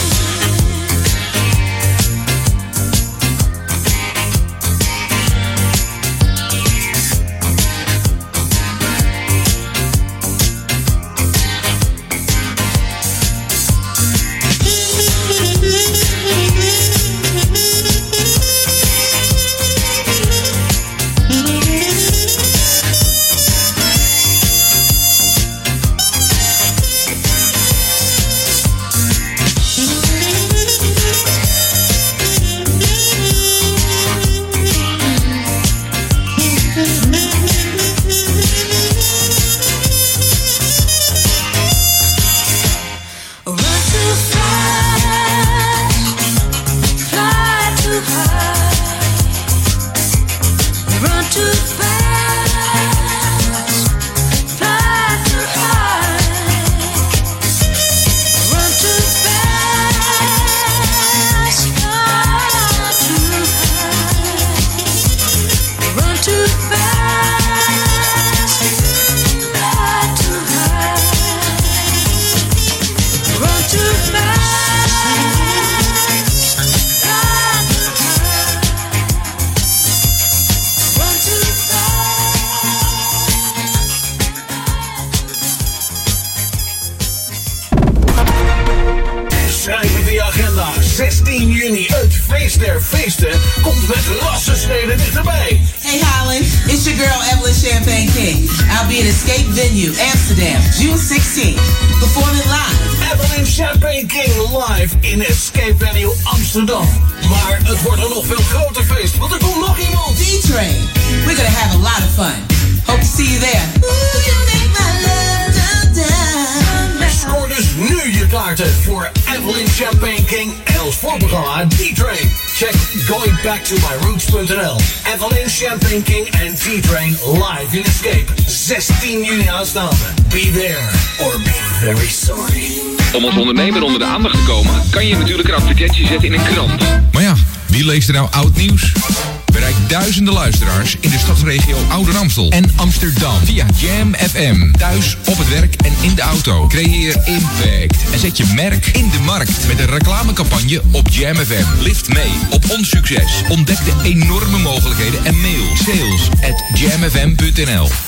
zestien juni, het feest der feesten, komt met rassenschreden dichterbij. Hey Holland, it's your girl Evelyn Champagne King. I'll be at Escape Venue, Amsterdam, June sixteenth, performing live. Evelyn Champagne King live in Escape Venue Amsterdam. Maar het wordt een nog veel groter feest, want er komt nog iemand. D-Train, we're gonna have a lot of fun. Hope to see you there. Ooh, you make my love down, down. Scoor dus nu je kaarten voor Evelyn Champagne King en ons voorprogramma D-Train. Check going back to my roots punt n l. Evelyn Champagne King en D-Train live in Escape. zestien juni aanstaande. Be there or be very sorry. Om als ondernemer onder de aandacht te komen, kan je natuurlijk een advertentie zetten in een krant. Maar ja, wie leest er nou oud nieuws? Bereik duizenden luisteraars in de stadsregio Ouder Amstel en Amsterdam via Jam F M. Thuis, op het werk en in de auto. Creëer impact en zet je merk in de markt met een reclamecampagne op Jam F M. Lift mee op ons succes. Ontdek de enorme mogelijkheden en mail sales at jamfm punt n l.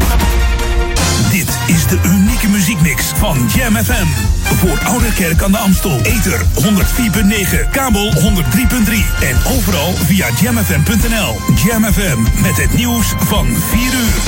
Dit is de unieke muziekmix van Jam F M. Voor Ouderkerk aan de Amstel. Ether honderd vier punt negen, kabel honderd drie punt drie. En overal via jam f m punt n l. Jam F M met het nieuws van vier uur.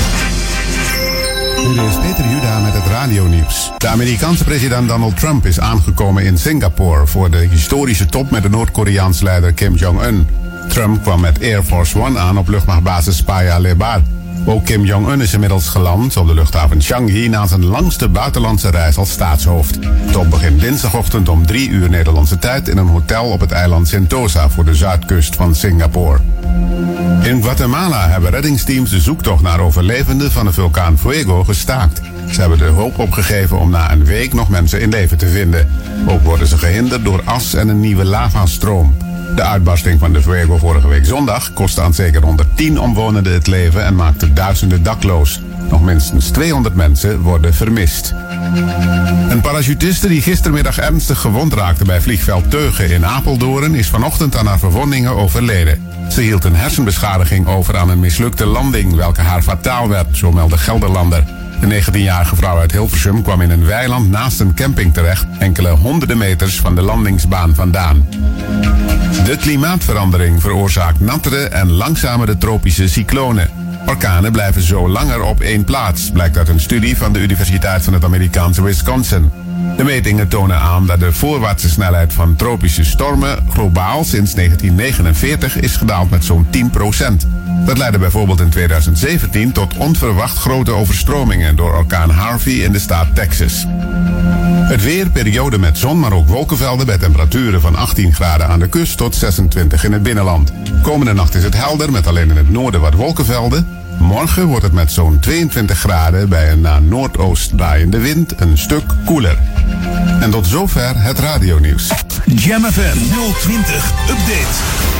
Dit is Peter Juda met het radionieuws. De Amerikaanse president Donald Trump is aangekomen in Singapore voor de historische top met de Noord-Koreaanse leider Kim Jong-un. Trump kwam met Air Force One aan op luchtmachtbasis Paya Lebar. Ook Kim Jong-un is inmiddels geland op de luchthaven Changi na zijn langste buitenlandse reis als staatshoofd. De top begint dinsdagochtend om drie uur Nederlandse tijd in een hotel op het eiland Sentosa voor de zuidkust van Singapore. In Guatemala hebben reddingsteams de zoektocht naar overlevenden van de vulkaan Fuego gestaakt. Ze hebben de hoop opgegeven om na een week nog mensen in leven te vinden. Ook worden ze gehinderd door as en een nieuwe lavastroom. De uitbarsting van de Fuego vorige week zondag kostte aan zeker honderdtien omwonenden het leven en maakte duizenden dakloos. Nog minstens tweehonderd mensen worden vermist. Een parachutiste die gistermiddag ernstig gewond raakte bij vliegveld Teugen in Apeldoorn is vanochtend aan haar verwondingen overleden. Ze hield een hersenbeschadiging over aan een mislukte landing, welke haar fataal werd, zo meldde Gelderlander. De negentienjarige vrouw uit Hilversum kwam in een weiland naast een camping terecht, enkele honderden meters van de landingsbaan vandaan. De klimaatverandering veroorzaakt nattere en langzamere tropische cyclonen. Orkanen blijven zo langer op één plaats, blijkt uit een studie van de Universiteit van het Amerikaanse Wisconsin. De metingen tonen aan dat de voorwaartse snelheid van tropische stormen globaal sinds negentien negenenveertig is gedaald met zo'n tien procent. Dat leidde bijvoorbeeld in tweeduizend zeventien tot onverwacht grote overstromingen door orkaan Harvey in de staat Texas. Het weer, periode met zon, maar ook wolkenvelden bij temperaturen van achttien graden aan de kust tot zesentwintig in het binnenland. Komende nacht is het helder met alleen in het noorden wat wolkenvelden. Morgen wordt het met zo'n tweeëntwintig graden bij een naar noordoost draaiende wind een stuk koeler. En tot zover het radionieuws. Jam F M nul twintig Update.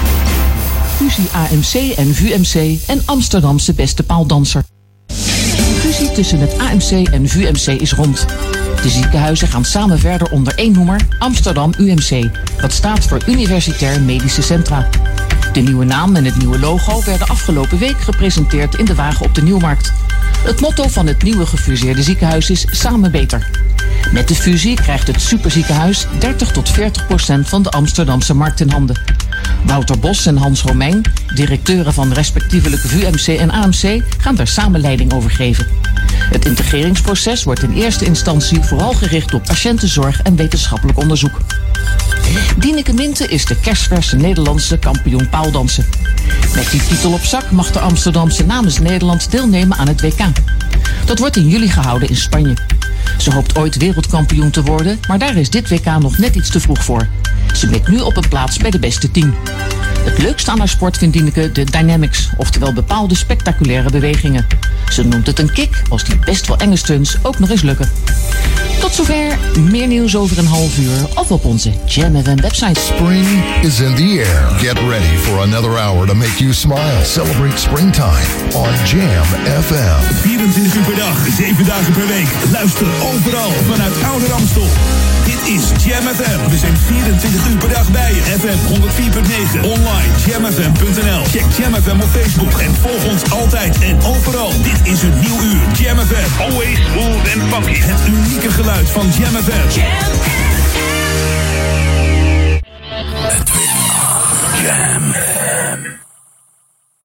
Fusie A M C en V U M C en Amsterdamse beste paaldanser. De fusie tussen het A M C en V U M C is rond. De ziekenhuizen gaan samen verder onder één noemer, Amsterdam U M C. Dat staat voor Universitair Medische Centra. De nieuwe naam en het nieuwe logo werden afgelopen week gepresenteerd in de Wagen op de Nieuwmarkt. Het motto van het nieuwe gefuseerde ziekenhuis is Samen Beter. Met de fusie krijgt het superziekenhuis dertig tot veertig procent van de Amsterdamse markt in handen. Wouter Bos en Hans Romein, directeuren van respectievelijk V U M C en A M C, gaan daar samen leiding over geven. Het integreringsproces wordt in eerste instantie vooral gericht op patiëntenzorg en wetenschappelijk onderzoek. Dieneke Minte is de kersverse Nederlandse kampioen paaldansen. Met die titel op zak mag de Amsterdamse namens Nederland deelnemen aan het W K. Dat wordt in juli gehouden in Spanje. Ze hoopt ooit wereldkampioen te worden, maar daar is dit W K nog net iets te vroeg voor. Ze mikt nu op een plaats bij de beste tien. Het leukste aan haar sport vindt Dieneke de dynamics, oftewel bepaalde spectaculaire bewegingen. Ze noemt het een kick, als die best wel enge stunts ook nog eens lukken. Tot zover, meer nieuws over een half uur of op onze Jam F M website. Spring is in the air. Get ready for another hour to make you smile. Celebrate springtime on Jam F M. vierentwintig uur per dag, zeven dagen per week. Luister overal vanuit Ouder Amstel. Dit is Jam F M. We zijn vierentwintig uur per dag bij je. F M honderd vier punt negen. Online jam f m punt n l. Check Jam F M op Facebook en volg ons altijd en overal. Dit is een nieuw uur. Jam F M. Always smooth and funky. Het unieke geluid van Jam F M. Jam F M. Jam.